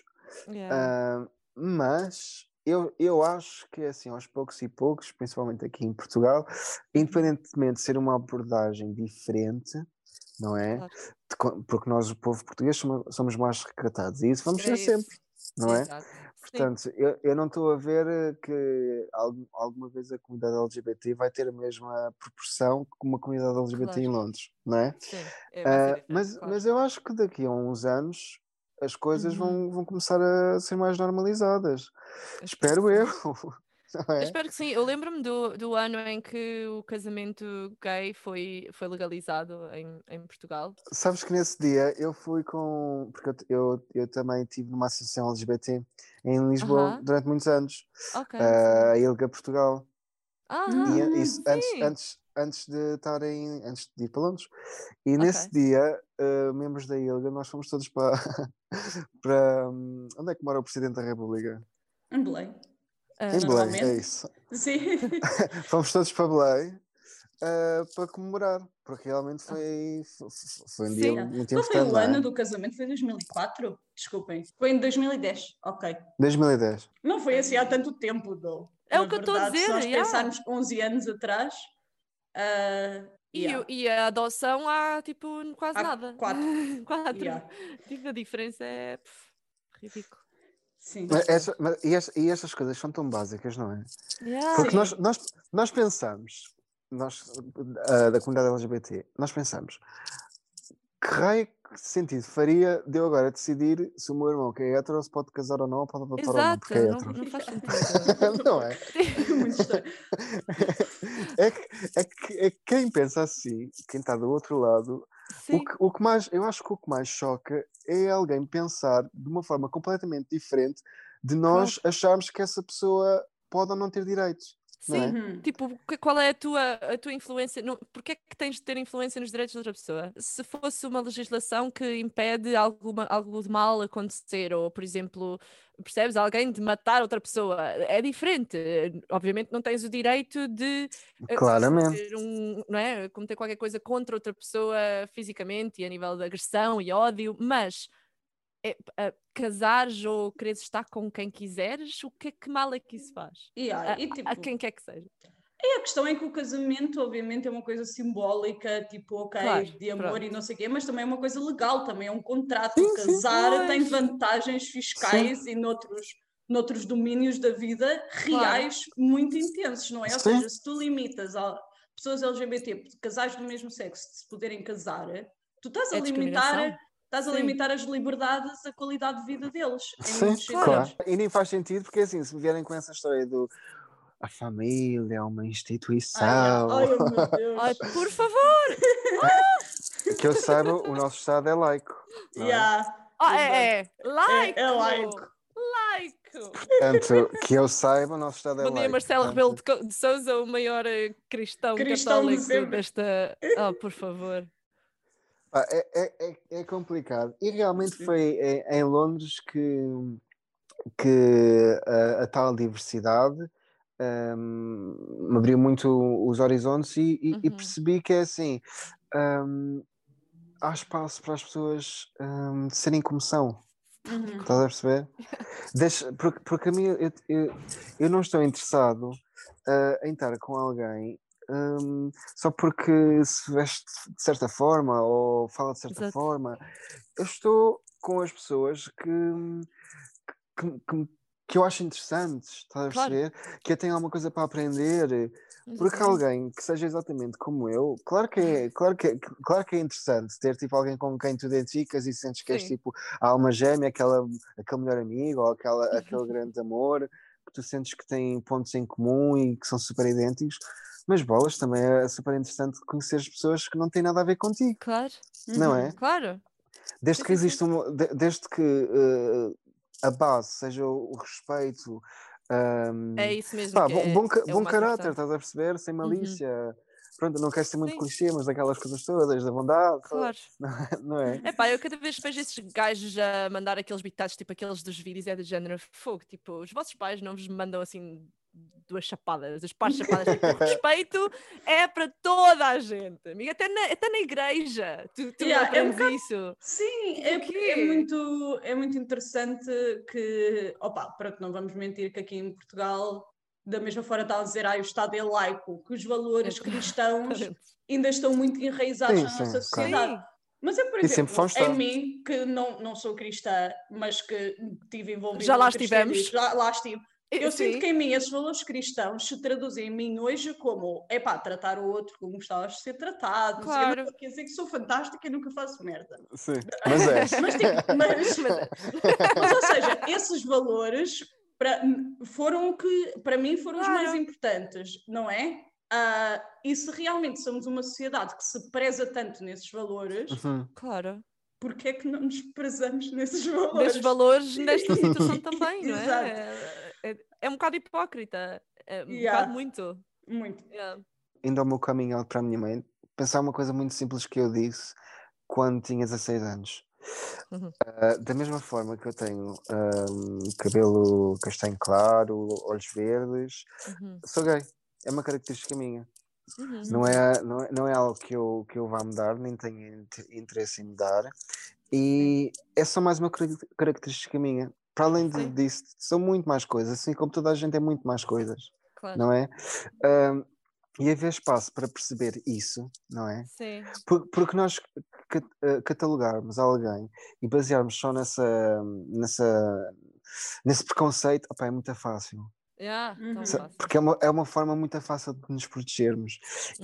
Mas eu acho que assim, aos poucos e poucos, principalmente aqui em Portugal, independentemente de ser uma abordagem diferente, não é? Claro. Porque nós, o povo português, somos mais recatados e isso vamos ser sempre, não é? Portanto, eu não estou a ver que alguma vez a comunidade LGBT vai ter a mesma proporção que uma comunidade LGBT em Londres, não é? Sim, mas eu acho que daqui a uns anos as coisas vão começar a ser mais normalizadas. Espero eu. Eu espero que sim. Eu lembro-me do ano em que o casamento gay foi legalizado em Portugal. Sabes que nesse dia eu fui porque eu também estive numa associação LGBT em Lisboa durante muitos anos. A ILGA Portugal. E isso antes de ir para Londres. E nesse dia, membros da ILGA, nós fomos todos para onde é que mora o Presidente da República? Em Belém. Em Belém, é isso. Sim. Fomos todos para Belém para comemorar, porque realmente foi um dia muito importante. Qual foi o ano do casamento? Foi 2004? Desculpem. Foi em 2010, ok. 2010. Não foi assim há tanto tempo, É o que eu estou a dizer. Se nós pensarmos 11 anos atrás... E a adoção há tipo quase Há nada. 4. 4. Yeah. Tipo, a diferença é ridículo. Sim. E estas coisas são tão básicas, não é? Yeah. Porque Sim. nós pensamos, da comunidade LGBT, nós pensamos, que raio de sentido faria de eu agora decidir se o meu irmão que é hétero se pode casar ou não, ou pode adotar ou não, porque é Exato, hétero. não faz sentido. Não é? É muito estranho. É que quem pensa assim, quem está do outro lado, Sim, eu acho que o que mais choca é alguém pensar de uma forma completamente diferente de nós acharmos que essa pessoa pode ou não ter direitos. Não é? sim. Tipo, qual é a tua influência? Porquê é que tens de ter influência nos direitos de outra pessoa? Se fosse uma legislação que impede algo de mal acontecer, ou, por exemplo, percebes, alguém de matar outra pessoa, é diferente. Obviamente não tens o direito de Claramente. não é? Cometer qualquer coisa contra outra pessoa fisicamente e a nível de agressão e ódio, mas casares ou quereres estar com quem quiseres, o que mal é que isso faz? E, A quem quer que seja. E a questão é que o casamento, obviamente, é uma coisa simbólica, tipo, ok, Claro, de amor pronto. e não sei o quê, mas também é uma coisa legal, também é um contrato. Sim, Casar tem Pois. vantagens fiscais e noutros domínios da vida reais muito intensos, não é? Ou Sim. seja, se tu limitas a pessoas LGBT, casais do mesmo sexo, de se poderem casar, tu estás a limitar. Estás a limitar as liberdades, a qualidade de vida deles, em Sim, muitos claro. sentidos. E nem faz sentido, porque assim, se me vierem com essa história do a família é uma instituição, Ai, oh, meu Deus. Ai, por favor! que eu saiba, o nosso Estado é laico. Não é? É laico! É laico. Laico! Portanto, que eu saiba, o nosso Estado é Bom dia, laico. Marcelo Portanto, Rebelo de Sousa, o maior cristão Cristão de católico sempre. desta. Por favor. pá, é complicado. E realmente foi em Londres que a tal diversidade me abriu muito os horizontes e percebi que é assim, há espaço para as pessoas serem como são. Estás a perceber? Porque a mim eu não estou interessado em estar com alguém só porque se veste de certa forma ou fala de certa Exato. forma. Eu estou com as pessoas que, que eu acho interessantes, estás a perceber? Que eu tenho alguma coisa para aprender. Porque Exatamente. alguém que seja exatamente como eu, claro que é interessante ter tipo alguém com quem tu identificas e sentes que és Sim. tipo a alma gêmea, aquele melhor amigo ou aquele grande amor, que tu sentes que têm pontos em comum e que são super idênticos. Mas bolas, também é super interessante conhecer as pessoas que não têm nada a ver contigo, Claro. não é? Claro. Desde Sim, que sim, existe desde que a base seja o respeito, É isso mesmo pá, que é o bom mais caráter, importante. estás a perceber? Sem Uhum. malícia. Pronto, não quero ser muito Sim, clichê, mas daquelas coisas todas, da bondade, claro. não é? Epá, eu cada vez vejo esses gajos a mandar aqueles bitados, tipo aqueles dos vídeos, é do género fogo, tipo, os vossos pais não vos mandam assim duas chapadas, as pares chapadas, tipo, o respeito é para toda a gente, amiga, até na igreja, tu É um aprendes bocado. isso. Sim, Tipo, o é quê? muito interessante que, opa, pronto, não vamos mentir que aqui em Portugal, da mesma forma está a dizer, o Estado é laico, que os valores cristãos ainda estão muito enraizados Sim, na sim, nossa claro. sociedade. Mas eu, por E sempre vão exemplo, em estar. mim, que não sou cristã, mas que estive envolvida Já lá no cristianismo, estivemos. lá estive, eu sinto Sim, que em mim esses valores cristãos se traduzem em mim hoje como, tratar o outro como gostavas de ser tratado, não sei, eu não claro. quer dizer que sou fantástica e nunca faço merda. Sim, mas és. Mas, tipo, mas, Mas é. mas ou seja, esses valores para mim foram os mais Claro. importantes, não é? E se realmente somos uma sociedade que se preza tanto nesses valores, Uhum. Claro. porque é que não nos prezamos nesses Nesses valores? valores, nesta situação também, não Exato. é um bocado hipócrita. É um bocado Yeah, muito. muito. Yeah. Indo ao meu coming out para a minha mãe, pensar uma coisa muito simples que eu disse quando tinha 16 anos. Uhum. Da mesma forma que eu tenho cabelo castanho claro, olhos verdes, Uhum. sou gay. É uma característica minha. Uhum. Não é algo que eu vá mudar, nem tenho interesse em mudar. E é só mais uma característica minha. Para além Sim, disso, são muito mais coisas, assim como toda a gente é muito mais coisas, claro. não é? Ahm, e haver espaço para perceber isso, não é? Sim. Porque nós catalogarmos alguém e basearmos só nesse preconceito, opá, é muito fácil. Tão fácil. Porque é uma forma muito fácil de nos protegermos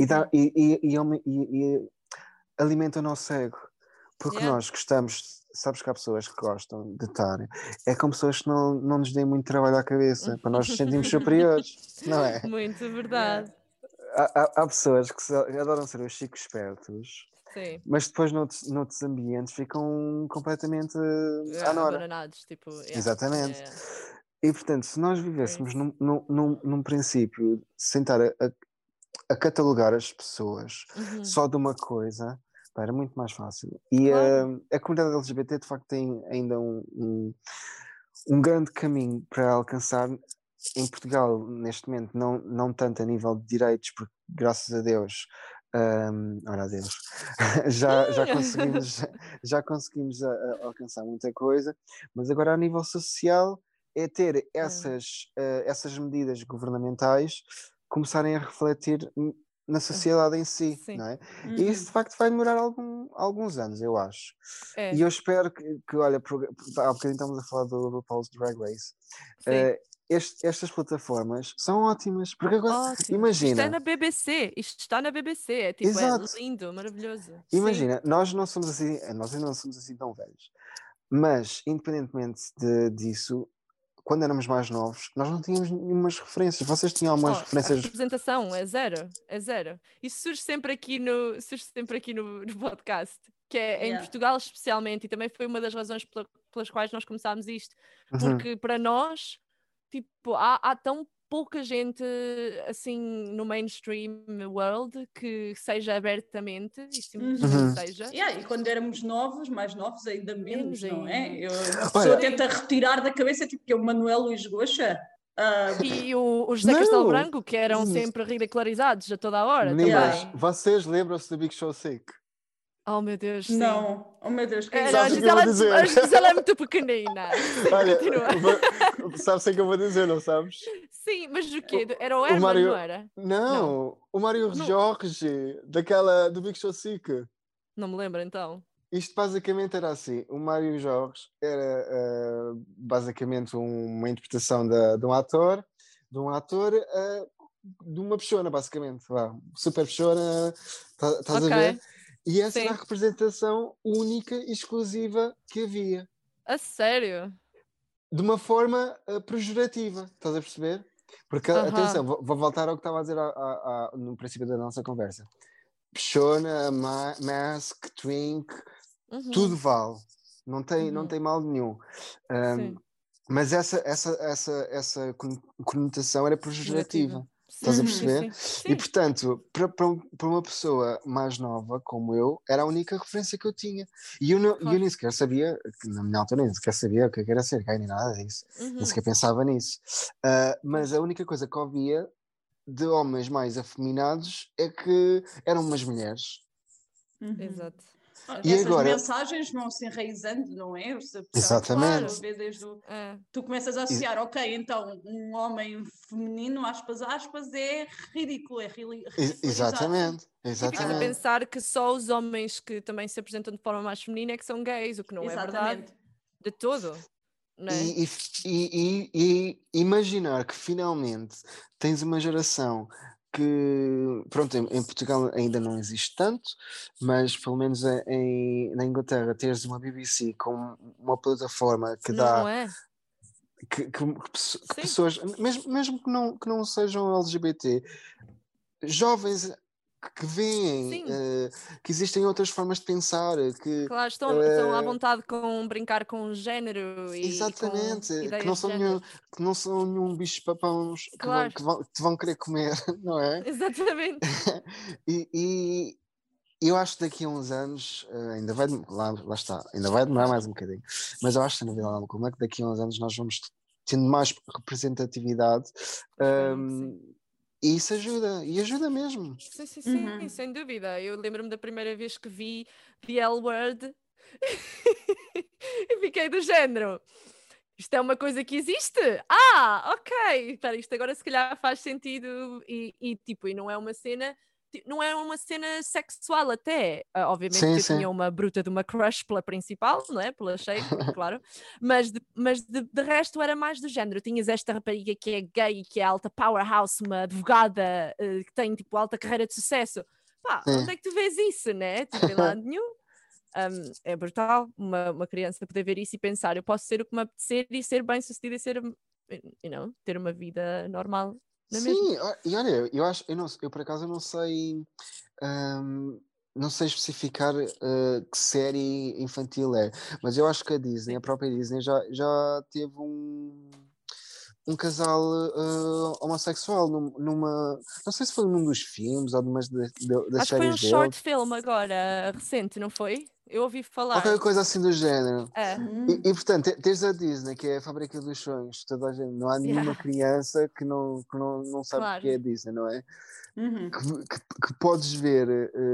e alimenta o nosso ego. Porque nós gostamos, sabes que há pessoas que gostam de estar, é com pessoas que não nos deem muito trabalho à cabeça, para nós nos sentirmos superiores, não é? Muito verdade. Há pessoas que adoram ser os chicos espertos, Sim. mas depois noutros ambientes ficam completamente à nora. Abananados, tipo. Exatamente. E portanto, se nós vivêssemos num princípio sem estar a catalogar as pessoas só de uma coisa, pá, era muito mais fácil. E Claro. a comunidade LGBT de facto tem ainda um grande caminho para alcançar. Em Portugal, neste momento, não tanto a nível de direitos, porque graças a Deus, ora a Deus, já conseguimos alcançar muita coisa, mas agora a nível social é ter essas medidas governamentais começarem a refletir na sociedade em si, não é? E isso de facto vai demorar alguns anos, eu acho. E eu espero que olha, há bocadinho estamos a falar do RuPaul's Drag Race. Estas plataformas são ótimas, porque agora, imagina... Isto está na BBC, é tipo, Exato. É lindo, maravilhoso. Imagina, nós ainda não somos assim tão velhos, mas independentemente disso, quando éramos mais novos, nós não tínhamos nenhumas referências. Vocês tinham algumas referências? A representação é zero. Isso surge sempre aqui no podcast, que é em Portugal especialmente, e também foi uma das razões pelas quais nós começámos isto, porque para nós, tipo, há tão pouca gente assim no mainstream world que seja abertamente, e simplesmente seja. E quando éramos mais novos ainda menos, não é? Uma Olha, pessoa tenta retirar da cabeça, tipo, que é o Manuel Luís Goxa. E o José Castelo Branco, que eram sempre ridicularizados a toda a hora. Meninas, também. vocês lembram-se do Big Show 5? Oh meu Deus, sim. Não, oh meu Deus, que é Sabes o que eu vou dizer? A Gisela é muito pequenina. Sim, olha, sabes o que eu vou dizer, não sabes? Sim, mas o quê? Era o Herman, Mário... não era? Não, o Mário Jorge, do Big Show 5. Não me lembro então. Isto basicamente era assim, o Mário Jorge era basicamente uma interpretação de um ator, de uma peixona, basicamente, super peixona, estás a ver? E essa era a representação única e exclusiva que havia. A sério? De uma forma pejorativa, estás a perceber? Porque, atenção, vou voltar ao que estava a dizer no princípio da nossa conversa. Peixona, mask, twink, tudo vale. Não tem mal nenhum. Mas essa conotação era pejorativa. Estás a perceber? Sim. E portanto, para uma pessoa mais nova como eu, era a única referência que eu tinha. E eu nem sequer sabia, na minha altura nem sequer sabia o que era ser gay nem nada disso. Nem sequer pensava nisso. Mas a única coisa que ouvia de homens mais afeminados é que eram umas mulheres. Exato. E essas mensagens vão se enraizando, não é? Exatamente. Tu começas a associar, ok, então um homem feminino, aspas, é ridículo, é exatamente. E ficas a pensar que só os homens que também se apresentam de forma mais feminina é que são gays, o que não é verdade de todo. Não é? E imaginar que finalmente tens uma geração que, pronto, em Portugal ainda não existe tanto, mas pelo menos na Inglaterra teres uma BBC com uma plataforma que dá... Não é? Que pessoas, mesmo que não sejam LGBT, jovens que veem que existem outras formas de pensar, que claro, estão à vontade com brincar com o género e exatamente, com ideias que não são nenhum bicho papões que te vão querer comer, não é? Exatamente. e eu acho que daqui a uns anos ainda vai demorar mais um bocadinho, mas eu acho que como é que daqui a uns anos nós vamos tendo mais representatividade. E isso ajuda, e ajuda mesmo. Sim, sem dúvida. Eu lembro-me da primeira vez que vi The L Word e fiquei do género. Isto é uma coisa que existe? Ok! Espera, isto agora se calhar faz sentido e não é uma cena... Não é uma cena sexual até. Obviamente Sim, que eu sim. tinha uma bruta de uma crush pela principal, não é? Pela Shade, claro. Mas de resto era mais do género. Tinhas esta rapariga que é gay, que é alta powerhouse, uma advogada que tem tipo alta carreira de sucesso. Pá, Sim. onde é que tu vês isso, né? Tipo, em lado nenhum. É brutal uma criança poder ver isso e pensar, eu posso ser o que me apetecer e ser bem sucedida e ser, ter uma vida normal, não é mesmo? Sim, e olha, eu acho, eu por acaso hum, não sei especificar que série infantil é, mas eu acho que a Disney, Sim. a própria Disney, já teve um casal homossexual numa. Não sei se foi num dos filmes ou numa das Acho que foi um séries dele, short film agora, recente, não foi? Eu ouvi ou falar. qualquer coisa assim do género. É, E, portanto, tens a Disney, que é a fábrica dos sonhos, toda a gente, não há nenhuma yeah, criança que não sabe o que é claro. a Disney, não é? Uhum. Que podes ver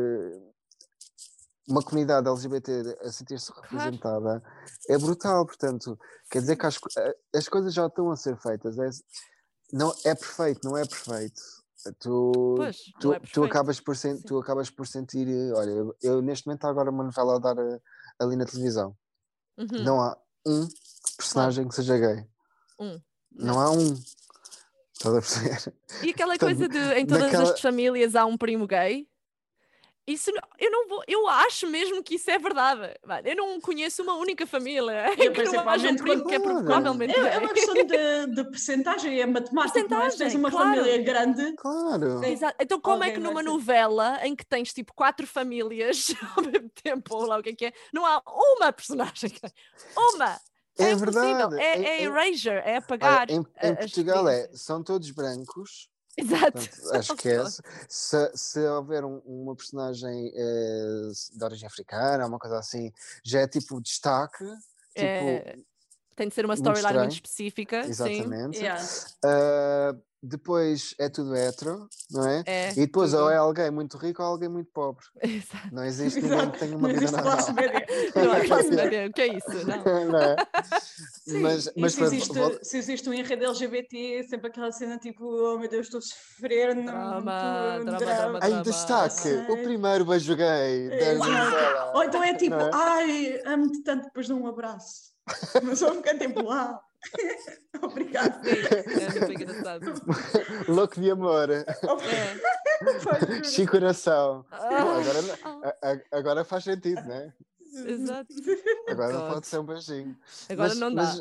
uma comunidade LGBT a sentir-se Claro. representada é brutal, portanto, quer dizer que as coisas já estão a ser feitas, não é perfeito, não é perfeito. Tu, Pois, não é tu, tu, perfeito. acabas por Sim. tu acabas por sentir, olha, eu neste momento há agora uma novela a dar ali na televisão. Uhum, Não há um claro, personagem que seja gay. não. Não há um. Estás a perceber? E aquela Portanto, coisa de em todas as naquela. famílias há um primo gay? Isso eu não vou, eu acho mesmo que isso é verdade. Mano, eu não conheço uma única família em Eu, que não haja um principalmente, primo que é Claro, provavelmente é uma gay. questão de percentagem, é matemático, não é? Se tens Percentagem, uma claro. família grande, claro. tem- Exato. Então, como é que alguém vai numa ser. novela em que tens tipo 4 famílias ao mesmo tempo, ou lá o que é, não há uma personagem gay? Uma! É É impossível. verdade. É erasure, é Olha, apagar em as Portugal experiências. são todos brancos, Exato. portanto, acho que é. Pronto. Se houver uma personagem de origem africana, uma coisa assim, já é tipo destaque, tipo, É, tem de ser uma muito storyline muito estranho. específica, sim. Exatamente. Yeah. Depois é tudo hetero, não é? É, E depois ou é tudo. alguém muito rico ou alguém muito pobre. Exato. Não existe ninguém Exato. que tenha Não uma vida existe classe normal. média. Não há classe média. O que é isso? Não. Não é? Sim, e Mas pronto, se existe um enredo LGBT, é sempre aquela cena tipo, oh meu Deus, estou a sofrer Drama, muito drama, drama, drama, em tipo, não destaque, o sei. primeiro beijo gay da Exato. novela. Ou então é Não tipo, é? ai, amo-te tanto, depois de um abraço. Mas só fica tipo, obrigado. Sim, é muito engraçado. Louco de amor. É. Pois, juro. Chico coração. Bom, Ah, agora faz sentido, né? exato. Agora não God. pode ser um beijinho. Agora Mas, não dá. mas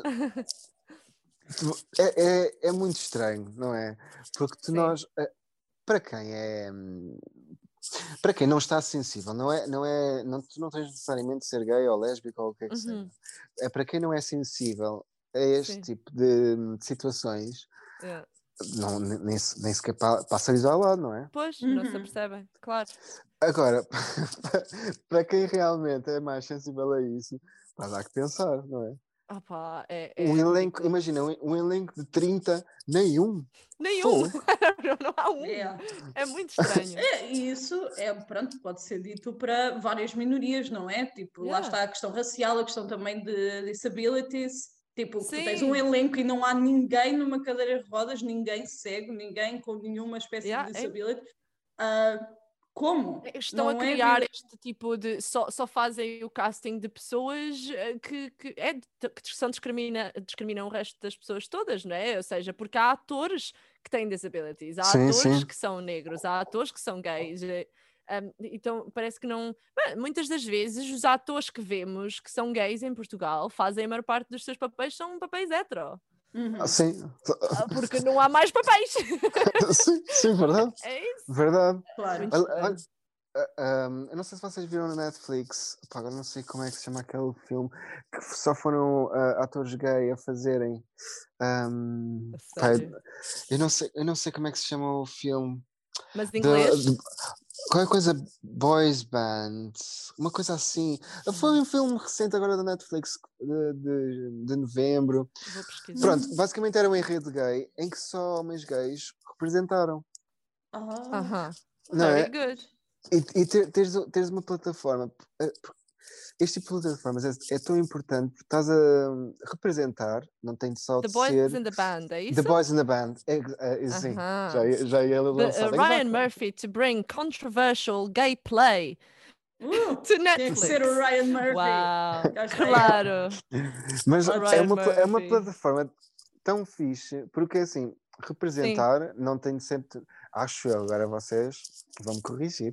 é muito estranho, não é? Porque Sim. para quem é. Para quem não está sensível, tu não tens necessariamente de ser gay ou lésbico ou o que é que seja. Uhum. É para quem não é sensível a este Sim. tipo de situações, É. não, nem sequer passa-lhes ao lado, não é? Pois, não se Uhum. apercebem, claro. Agora, para quem realmente é mais sensível a isso, pá, dá que pensar, não é? Opa, Um é elenco, ridículo. imagina, um elenco de 30, nenhum. Nenhum! Fogo. Não há um. É. É muito estranho. E isso é, pronto, pode ser dito para várias minorias, não é? Tipo, lá Yeah. está a questão racial, a questão também de disabilities. Tipo, que tu tens um Sim. elenco e não há ninguém numa cadeira de rodas, ninguém cego, ninguém com nenhuma espécie de Yeah. disability. Ah, como? Estão a Não é criar vida. este tipo de. Só fazem o casting de pessoas que discriminam o resto das pessoas todas, não é? Ou seja, porque há atores que têm disabilities, há Sim, atores sim. que são negros, há atores que são gays. Então parece que não. Bem, muitas das vezes os atores que vemos que são gays em Portugal fazem a maior parte dos seus papéis são papéis hetero. Uhum. Sim. Porque não há mais papéis. Sim, sim, verdade. É isso. Verdade. Claro. Muito Olha, estranho. eu não sei se vocês viram na Netflix, pá, agora não sei como é que se chama aquele filme, que só foram atores gay a fazerem. A Pá, sério. eu não sei como é que se chama o filme. Mas de De, inglês? qualquer coisa Boys Band, uma coisa assim. Foi um filme recente agora da Netflix de novembro. Vou pesquisar. Pronto, basicamente era um enredo gay em que só homens gays representaram, Ah, Aham. não Very é? good. E teres uma plataforma, este tipo de plataformas é tão importante porque estás a representar, não tem só The de Boys ser in the Band, é The isso? Boys in the Band. Sim, Aham. já ia lançar. Ryan Murphy to bring controversial gay play to Tinha que ser o Netflix. Ryan Murphy. Uau, Cá está ele. claro. Mas Ryan é uma Murphy. plataforma tão fixe, porque assim, Sim. representar não tem de sempre. Acho eu, agora vocês vão me corrigir.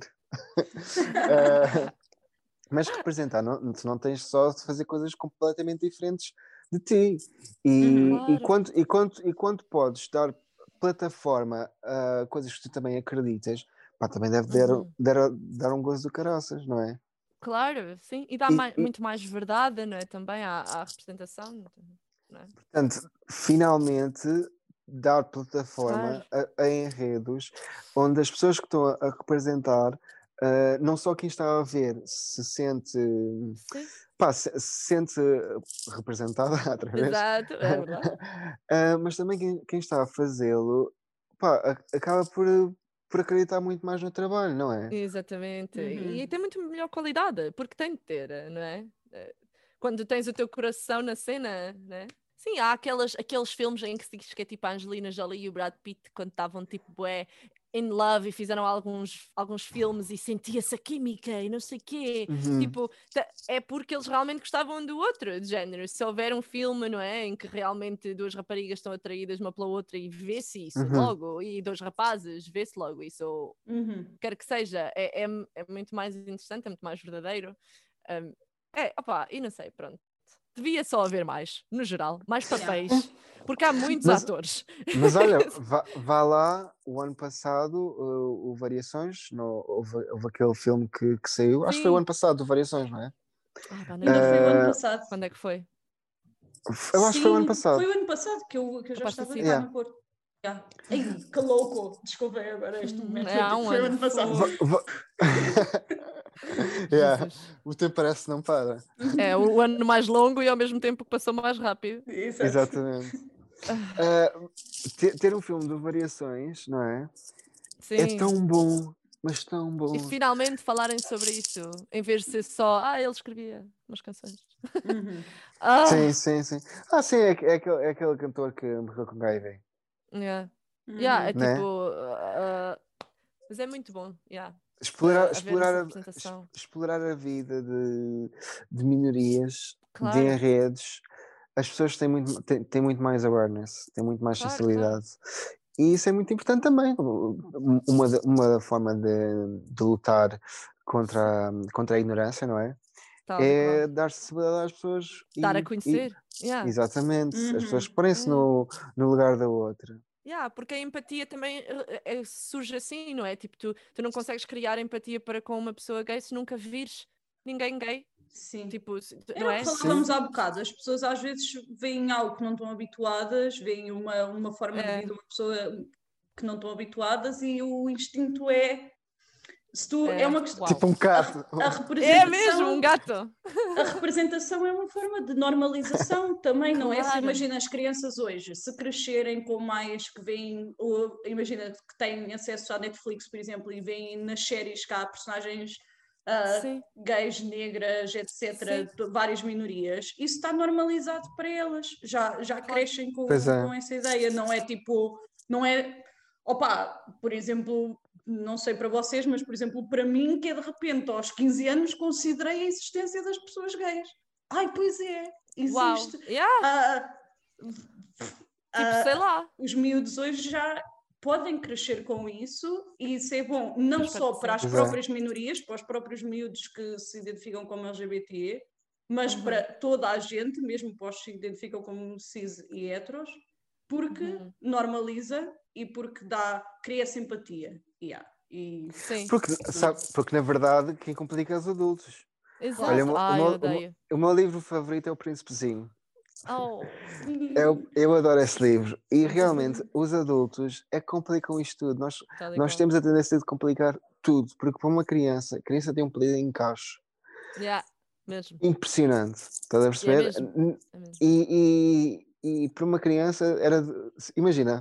Eh, mas representar, tu não tens só de fazer coisas completamente diferentes de ti. E Claro. quando podes dar plataforma a coisas que tu também acreditas, pá, também deve dar um gozo do caraças, não é? Claro, sim. E dá E, muito mais verdade, não é? Também à representação. Não é? portanto, finalmente dar Claro. plataforma a enredos onde as pessoas que estão a representar, não só quem está a ver se sente, Sim, pá, se sente representada através, exato, é verdade. mas também quem está a fazê-lo, pá, acaba por acreditar muito mais no trabalho, não é? Exatamente. Uhum. E tem muito melhor qualidade, porque tem de ter, não é? Quando tens o teu coração na cena, né? Sim, há aqueles filmes em que se diz que é tipo a Angelina Jolie e o Brad Pitt quando estavam tipo bué in love e fizeram alguns filmes e sentia-se a química e não sei quê. Uhum. Tipo, é porque eles realmente gostavam um do outro, de género. Se houver um filme, não é? Em que realmente duas raparigas estão atraídas uma pela outra e vê-se isso Uhum. logo, e dois rapazes, vê-se logo isso, ou Uhum. quer que seja, é muito mais interessante, é muito mais verdadeiro. Opá, e não sei, pronto. Devia só haver mais, no geral, mais papéis, porque há muitos Mas- atores. Mas olha, vá lá, o ano passado, o Variações, houve aquele filme que saiu, acho que foi o Sim. ano passado, o Variações, não é? Não Ainda foi o ano Eh, passado. Quando é que foi? Eu acho que foi o ano Sim, passado. foi o ano passado que eu já Capaz de ter estava sido. cá Yeah. no Porto. Yeah. Ei, que louco! Desculpem agora este momento. É, há Tipo, um foi o ano. ano passado. Yeah, Jesus. o tempo parece que não para. É o ano mais longo e ao mesmo tempo que passou mais rápido. Exato. Exatamente. Ter um filme de Variações, não é? É Sim. tão bom, mas tão E bom. finalmente falarem sobre isso, em vez de ser só, ele escrevia umas canções. Uhum. Sim, sim, sim. Sim, é aquele cantor que morreu com HIV, Yeah. Uhum. É tipo. né? Mas é muito bom. Yeah. Explorar, Haver essa explorar, representação. explorar a vida de minorias, de Claro, enredos. As pessoas têm muito mais awareness, têm muito mais claro, claro. sensibilidade. E isso é muito importante também. Uma forma de lutar contra a ignorância, não é? Tal e qual. É dar sensibilidade às pessoas Dar a conhecer. Yeah. exatamente, as pessoas Uhum. porem-se no lugar da outra. Porque a empatia também surge assim, não é? Tipo, tu não consegues criar empatia para com uma pessoa gay se nunca vires ninguém gay. Sim. Tipo, não Era o é? que falávamos há bocado. As pessoas às vezes veem algo que não estão habituadas, veem uma forma de vida, uma pessoa que não estão habituadas e o instinto é. Se tu, é uma questão. Uau. Tipo um gato. A É mesmo, um representação. gato. A representação é uma forma de normalização também, não é? Se Claro. imagina as crianças hoje, se crescerem com mais que veem, ou imagina que têm acesso à Netflix, por exemplo, e veem nas séries que há personagens Sim. gays, negras, etc., de várias minorias, isso está normalizado para elas, já crescem Pois é. com essa ideia, não é tipo, não é, opa, por exemplo, não sei para vocês, mas por exemplo, para mim, que de repente aos 15 anos considerei a existência das pessoas gays. Ai, pois é, Uau. existe. Yeah. Tipo, sei lá. Os miúdos hoje já podem crescer com isso e isso é bom não Eu espero só que para sim. as Pois é. próprias minorias, para os próprios miúdos que se identificam como LGBT, mas para toda a gente, mesmo para os que se identificam como cis e heteros, porque normaliza e porque cria simpatia. Sim. Porque na verdade quem complica é os adultos. Exato. Olha, Eu odeio. o meu livro favorito é O Príncipezinho. Oh. Eu adoro esse livro. E realmente os adultos é que complicam isto tudo. Tal e Nós qual. temos a tendência de complicar tudo, porque para uma criança, a criança tem um poder de encaixe Mesmo. impressionante. Estás a É perceber? mesmo. É mesmo. E para uma criança imagina,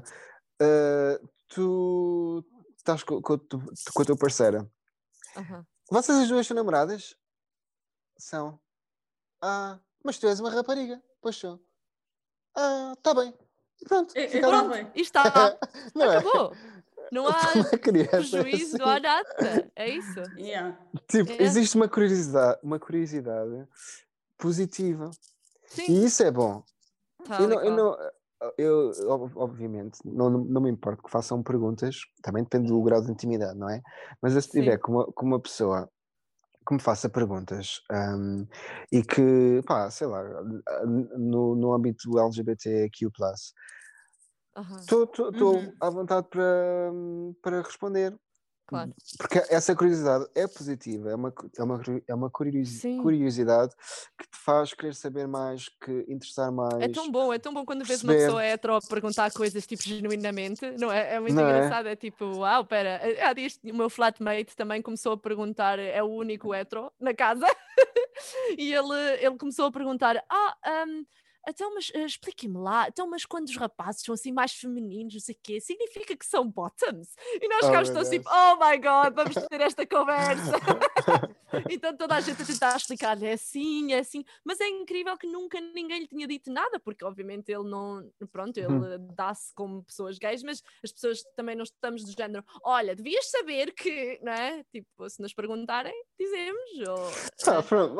tu estás com a tua parceira. Aham. Vocês as duas são namoradas? São. Ah, mas tu és uma rapariga. Pois sou. Ah, tá bem. E pronto. Fica Tá ali. bem. E está. Não é? Acabou. Não há Uma criança é prejuízo, não há assim. nada. É isso. Yeah. Tipo, É. existe uma curiosidade positiva. Sim, E isso é bom. tal e qual. Obviamente, não me importo que façam perguntas, também depende do grau de intimidade, não é? Mas se estiver Sim. com uma pessoa que me faça perguntas e que, pá, sei lá, no âmbito LGBTQ+, Aham, estou à vontade para responder. claro. Porque essa curiosidade é positiva, é uma Sim. curiosidade que te faz querer saber mais, que interessar É mais, tão bom quando vês uma perceber, pessoa hetero a perguntar coisas tipo genuinamente, não é? É muito não é? engraçado, é tipo, uau, pera, há dias o meu flatmate também começou a perguntar, é o único hetero na casa, e ele começou a perguntar, então, mas explique-me lá, então, mas quando os rapazes são assim mais femininos, não sei o quê, significa que são bottoms? E nós Oh ficámos meu todos tipo, Deus. oh my god, vamos ter esta conversa. Então toda a gente a tentar explicar é assim, mas é incrível que nunca ninguém lhe tinha dito nada, porque obviamente ele não, pronto, ele dá-se como pessoas gays, mas as pessoas também não estamos do género, olha, devias saber que, não é? Tipo, se nos perguntarem, dizemos, ou, Ah, né? pronto.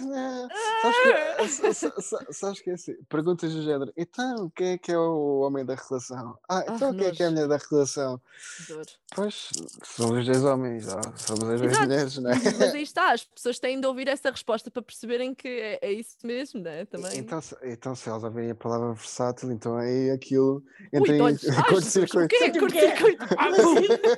Sabes que é assim? Perguntas do género, então quem é o homem da relação? Ah, então quem é a Nojo, mulher da relação? dor. Pois, somos os dois homens, somos as duas Exato, mulheres, não é? mas aí está, as pessoas têm de ouvir essa resposta para perceberem que é isso mesmo, né? Também. Então, se elas ouvem a palavra versátil, então aí aquilo Ui, entra em dói-lhes. Ai, Jesus, o curto-circuito. quê? Tipo, o quê? Curto-circuito. Ah, bum.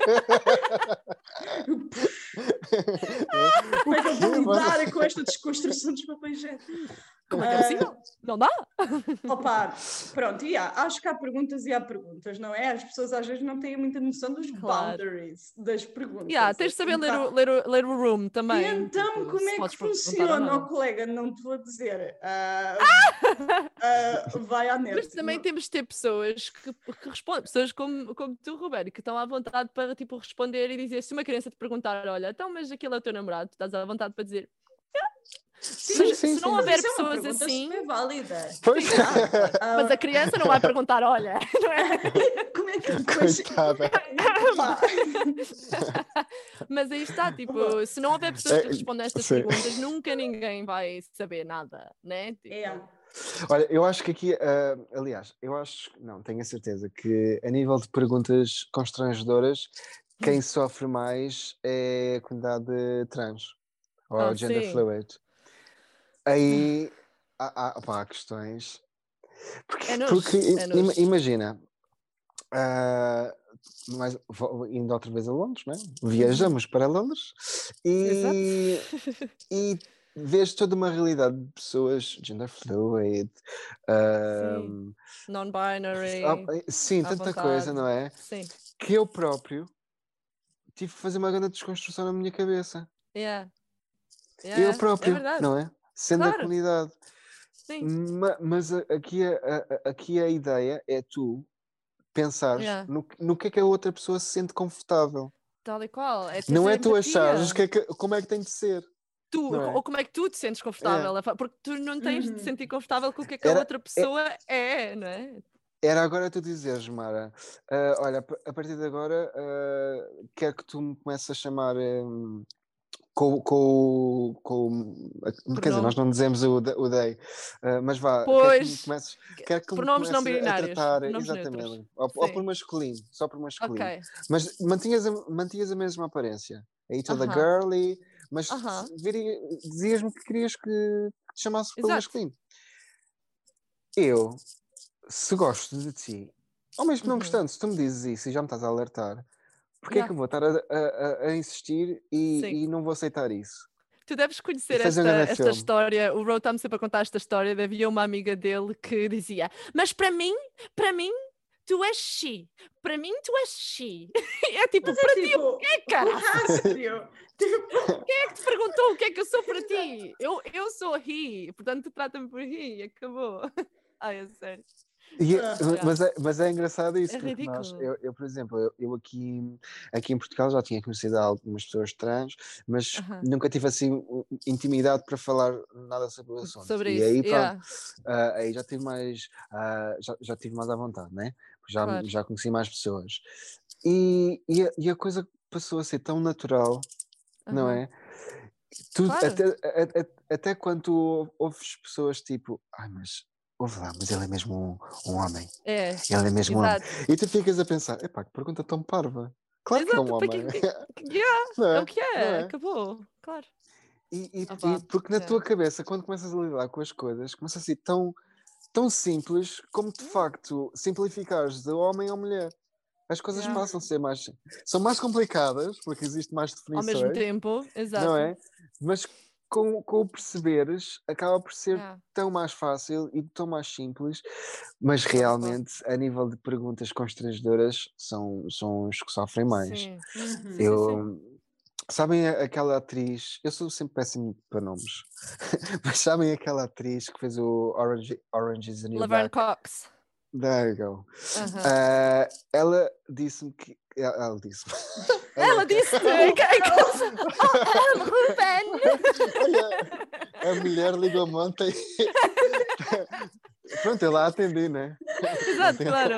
O Como é que eu quê? vou lidar com esta desconstrução dos papéis higiênicos? Como é que é possível? Não dá? Opa, pronto, acho que há perguntas e há perguntas, não é? As pessoas às vezes não têm muita noção dos Claro. boundaries das perguntas. Tens de saber ler Então, ler o room e também. então, Tipo, como se é que podes perguntar ou funciona? Oh, não. colega, não te vou dizer. Vai à net. Mas também temos de ter pessoas que respondem, pessoas como tu, Roberto, que estão à vontade para tipo, responder e dizer, se uma criança te perguntar, olha, então, mas aquele é o teu namorado, tu estás à vontade para dizer, Sim, mas sim, se não sim. Mas houver isso é uma pessoas pergunta assim, super válida. Pois. sim, claro. Mas a criança não vai perguntar, olha, não é? Como é que depois... Coitada. Pá. Mas aí está, tipo, se não houver pessoas que respondam a estas Sim. perguntas, nunca ninguém vai saber nada, né? Tipo, Olha, eu acho que aqui, aliás, não, tenho a certeza que a nível de perguntas constrangedoras, quem sofre mais é a comunidade trans ou gender sim. fluid. Aí há questões. É nojo, Porque é nojo. imagina, indo outra vez a Londres, né? Viajamos para Londres e vês toda uma realidade de pessoas gender fluid, Sim. Non-binary, sim, à tanta vontade. coisa, não é? Sim. Que eu próprio tive que fazer uma grande desconstrução na minha cabeça. Yeah. Eu É próprio, verdade. não é? Sendo a Claro. comunidade. Sim. Mas aqui a ideia é tu pensares Yeah. no que é que a outra pessoa se sente confortável. Tal e qual. É teres Não a é tu achares empatia. como é que tem de ser. Tu, Não é? ou como é que tu te sentes confortável? Porque tu não tens de sentir confortável com o que a outra pessoa é, não é? Era agora tu dizeres, Mara, olha, a partir de agora quero que tu me comeces a chamar quer dizer, nós Pronome. não dizemos o they, mas vá, Pois. quero que me Pronomes não comece a binários. tratar, Pronomes neutros. exatamente, ou por Sim. masculino, só por masculino. Ok. Mas mantinhas a mesma aparência, aí toda girly, mas dizias-me que querias que te chamasse pelo Exato. masculino. Eu, se gosto de ti, ou mesmo não gostando, se tu me dizes isso e já me estás a alertar, porque é que eu vou estar a insistir Sim. e não vou aceitar isso? Tu deves E conhecer fazer um grande esta filme. história. O Ro está-me sempre a contar esta história. Havia uma amiga dele que dizia: mas para mim, tu és she. Para mim, tu és she. É tipo, Mas para é ti, tipo, o que é, caraças? rácio. Tipo, Quem é que te perguntou o que é que eu sou para ti? Eu sou he, portanto, trata-me por he. Acabou. Ai, é sério. Mas é engraçado isso, É porque ridículo. eu, por exemplo, eu aqui em Portugal já tinha conhecido algumas pessoas trans, mas nunca tive assim intimidade para falar nada sobre o assunto. Sobre E isso, aí, pronto, yeah. aí já tive mais, já tive mais à vontade, né? Claro. Já conheci mais pessoas. E a coisa passou a ser tão natural, não é? Tudo, Claro. até quando tu ouves pessoas tipo, mas ouve lá, mas ele é mesmo um homem. É, Ele é mesmo um homem. exato. E tu ficas a pensar, epá, que pergunta tão parva. Claro que é um Exato, homem. yeah, Não é é? o que Não é, é? acabou, claro. E Opa, porque na tua yeah. cabeça, quando começas a lidar com as coisas, começa a ser tão simples como de facto simplificares de homem a mulher. As coisas Yeah. passam a ser são mais complicadas, porque existe mais Ao mesmo definições, tempo, exato. não é? Mas com o perceberes, acaba por ser Yeah. tão mais fácil e tão mais simples, mas Tal qual. realmente, a nível de perguntas constrangedoras, são os que sofrem mais. Sim. Sim, sim. Eu, sabem aquela atriz, eu sou sempre péssimo para nomes, mas sabem aquela atriz que fez o Orange is the New Laverne Black? Cox. There you go. Ela disse-me que. Ela disse-me. Ela disse-te! Ruben! Olha, a mulher ligou-me ontem. Pronto, eu lá atendi, né? Exato, claro.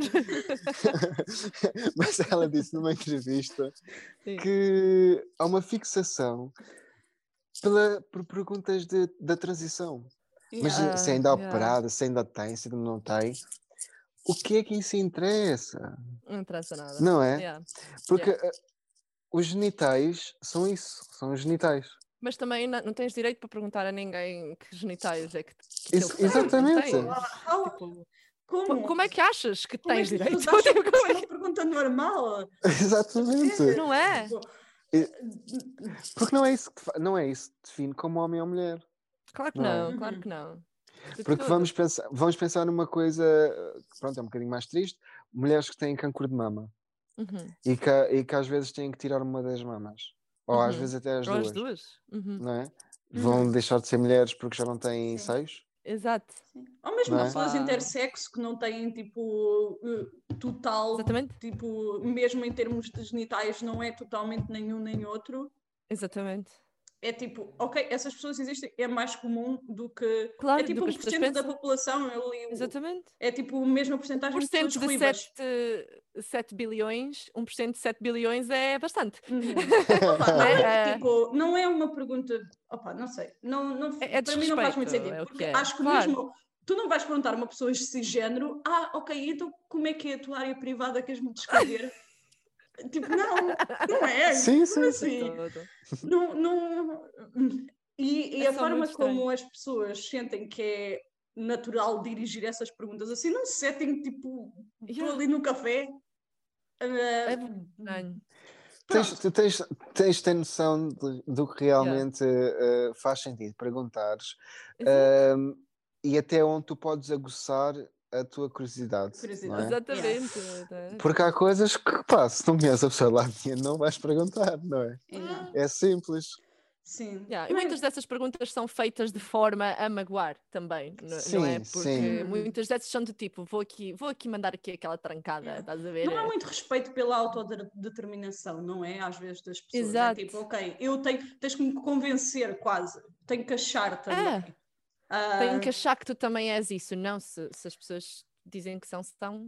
Mas ela disse numa entrevista Sim. que há uma fixação por perguntas da transição. Mas se ainda há operada, se ainda tem, se ainda não tem, o que é que isso interessa? Não interessa nada. Não é? Yeah. Porque os genitais são isso, são os genitais. Mas também não tens direito para perguntar a ninguém que genitais é que Exatamente. Tipo, como é que achas que tens direito? Isso é uma pergunta normal. Exatamente. Não é? Porque não é isso que define como homem ou mulher. Claro que não, claro que não. Porque vamos pensar numa coisa que, pronto, é um bocadinho mais triste: mulheres que têm cancro de mama e que às vezes têm que tirar uma das mamas, ou às vezes até as duas. Não é? Vão deixar de ser mulheres porque já não têm seios. Exato. Ou mesmo pessoas intersexo que não têm tipo total, exatamente. Tipo, mesmo em termos de genitais, não é totalmente nenhum nem outro. Exatamente. É tipo, ok, essas pessoas existem, é mais comum do que. Claro, é tipo 1% da população. Exatamente. É tipo a mesma porcentagem de pessoas de ruivas. 7 bilhões, 1% de 7 bilhões é bastante. Tipo, não é uma pergunta. Opa, não sei. Para mim não faz muito sentido. Porque acho que mesmo. Tu não vais perguntar a uma pessoa cisgénero, ok, então como é que é a tua área privada? Queres-me descrever? Tipo, não é. Sim. Assim. Não. E a forma como as pessoas sentem que é natural dirigir essas perguntas assim, num setting tipo, estou ali no café. É estranho. Tens de ter noção do que realmente faz sentido perguntares e até onde tu podes aguçar a tua curiosidade. Não é? Exatamente. Porque há coisas que, se não conheces a pessoa lá dentro, não vais perguntar, não é? É simples. Sim. E muitas dessas perguntas são feitas de forma a magoar também, não é? Porque muitas dessas são do tipo, vou aqui mandar aqui aquela trancada, estás a ver? Não há muito respeito pela autodeterminação, não é? Às vezes das pessoas. Exato. É tipo, ok, tens que me convencer quase, tenho que achar também. Tenho que achar que tu também és isso, não se as pessoas dizem que são,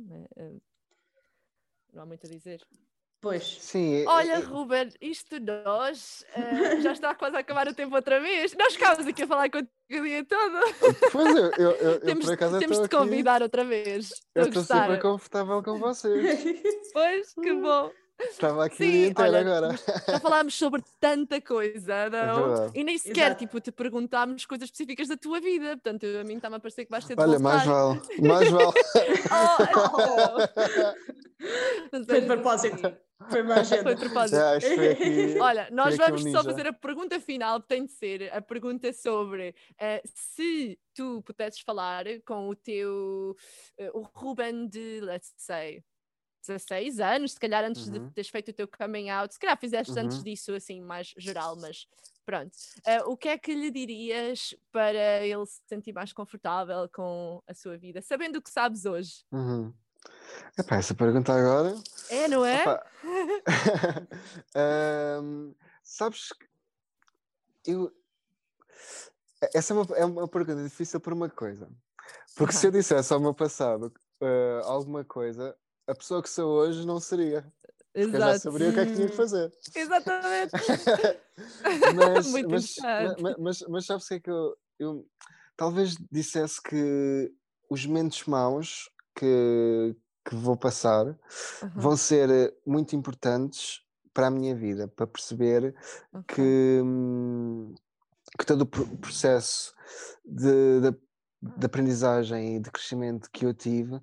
não há muito a dizer. Pois. Sim. Olha, Ruben, isto nós já está quase a acabar o tempo outra vez. Nós ficámos aqui a falar contigo o dia todo. Pois eu por acaso temos de convidar outra vez. Eu estou super confortável com vocês. Pois, que bom. Estava aqui o dia inteiro agora. Já falámos sobre tanta coisa, não? Verdade. E nem sequer tipo, te perguntámos coisas específicas da tua vida. Portanto, a mim está-me a parecer que vais ter de voltar. Mais vale. Foi de propósito. Foi uma agenda. Foi de propósito. Olha, nós vamos só fazer a pergunta final, tem de ser a pergunta sobre se tu pudesses falar com o teu o Ruben de, let's say, 16 anos, se calhar antes de teres feito o teu coming out, se calhar fizeste antes disso, assim, mais geral, mas Pronto. O que é que lhe dirias para ele se sentir mais confortável com a sua vida, sabendo o que sabes hoje? Epá, essa pergunta agora. É, não é? Opa. Sabes que essa é uma pergunta difícil por uma coisa. Porque se eu dissesse ao meu passado alguma coisa, a pessoa que sou hoje não seria. Porque eu já Exato. saberia o que é que tinha que fazer. Exatamente. Muito interessante. Mas sabes o que é que eu talvez dissesse que os momentos maus que vou passar vão ser muito importantes para a minha vida, para perceber que todo o processo de aprendizagem e de crescimento que eu tive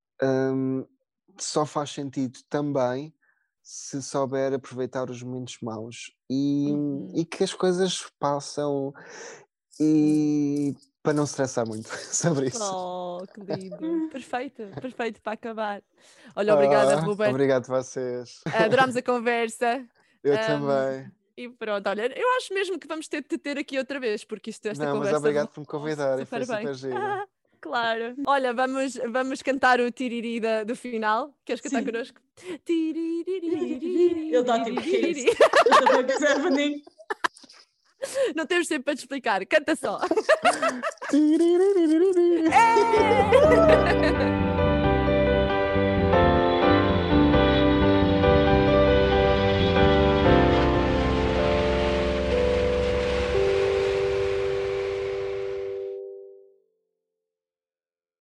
só faz sentido também se souber aproveitar os momentos maus e que as coisas passam e para não estressar muito sobre isso. Oh, que lindo. Perfeito para acabar. Olha, obrigada, Ruben. Obrigado a vocês. Adorámos a conversa. Eu também. E pronto, olha, eu acho mesmo que vamos ter de te ter aqui outra vez, porque esta Não, conversa... mas obrigado por me convidarem, foi super bem. super giro. Claro. Olha, vamos cantar o tiriri do final. Queres cantar connosco? Ele está tipo, que é isso? Não temos tempo para te explicar, canta só.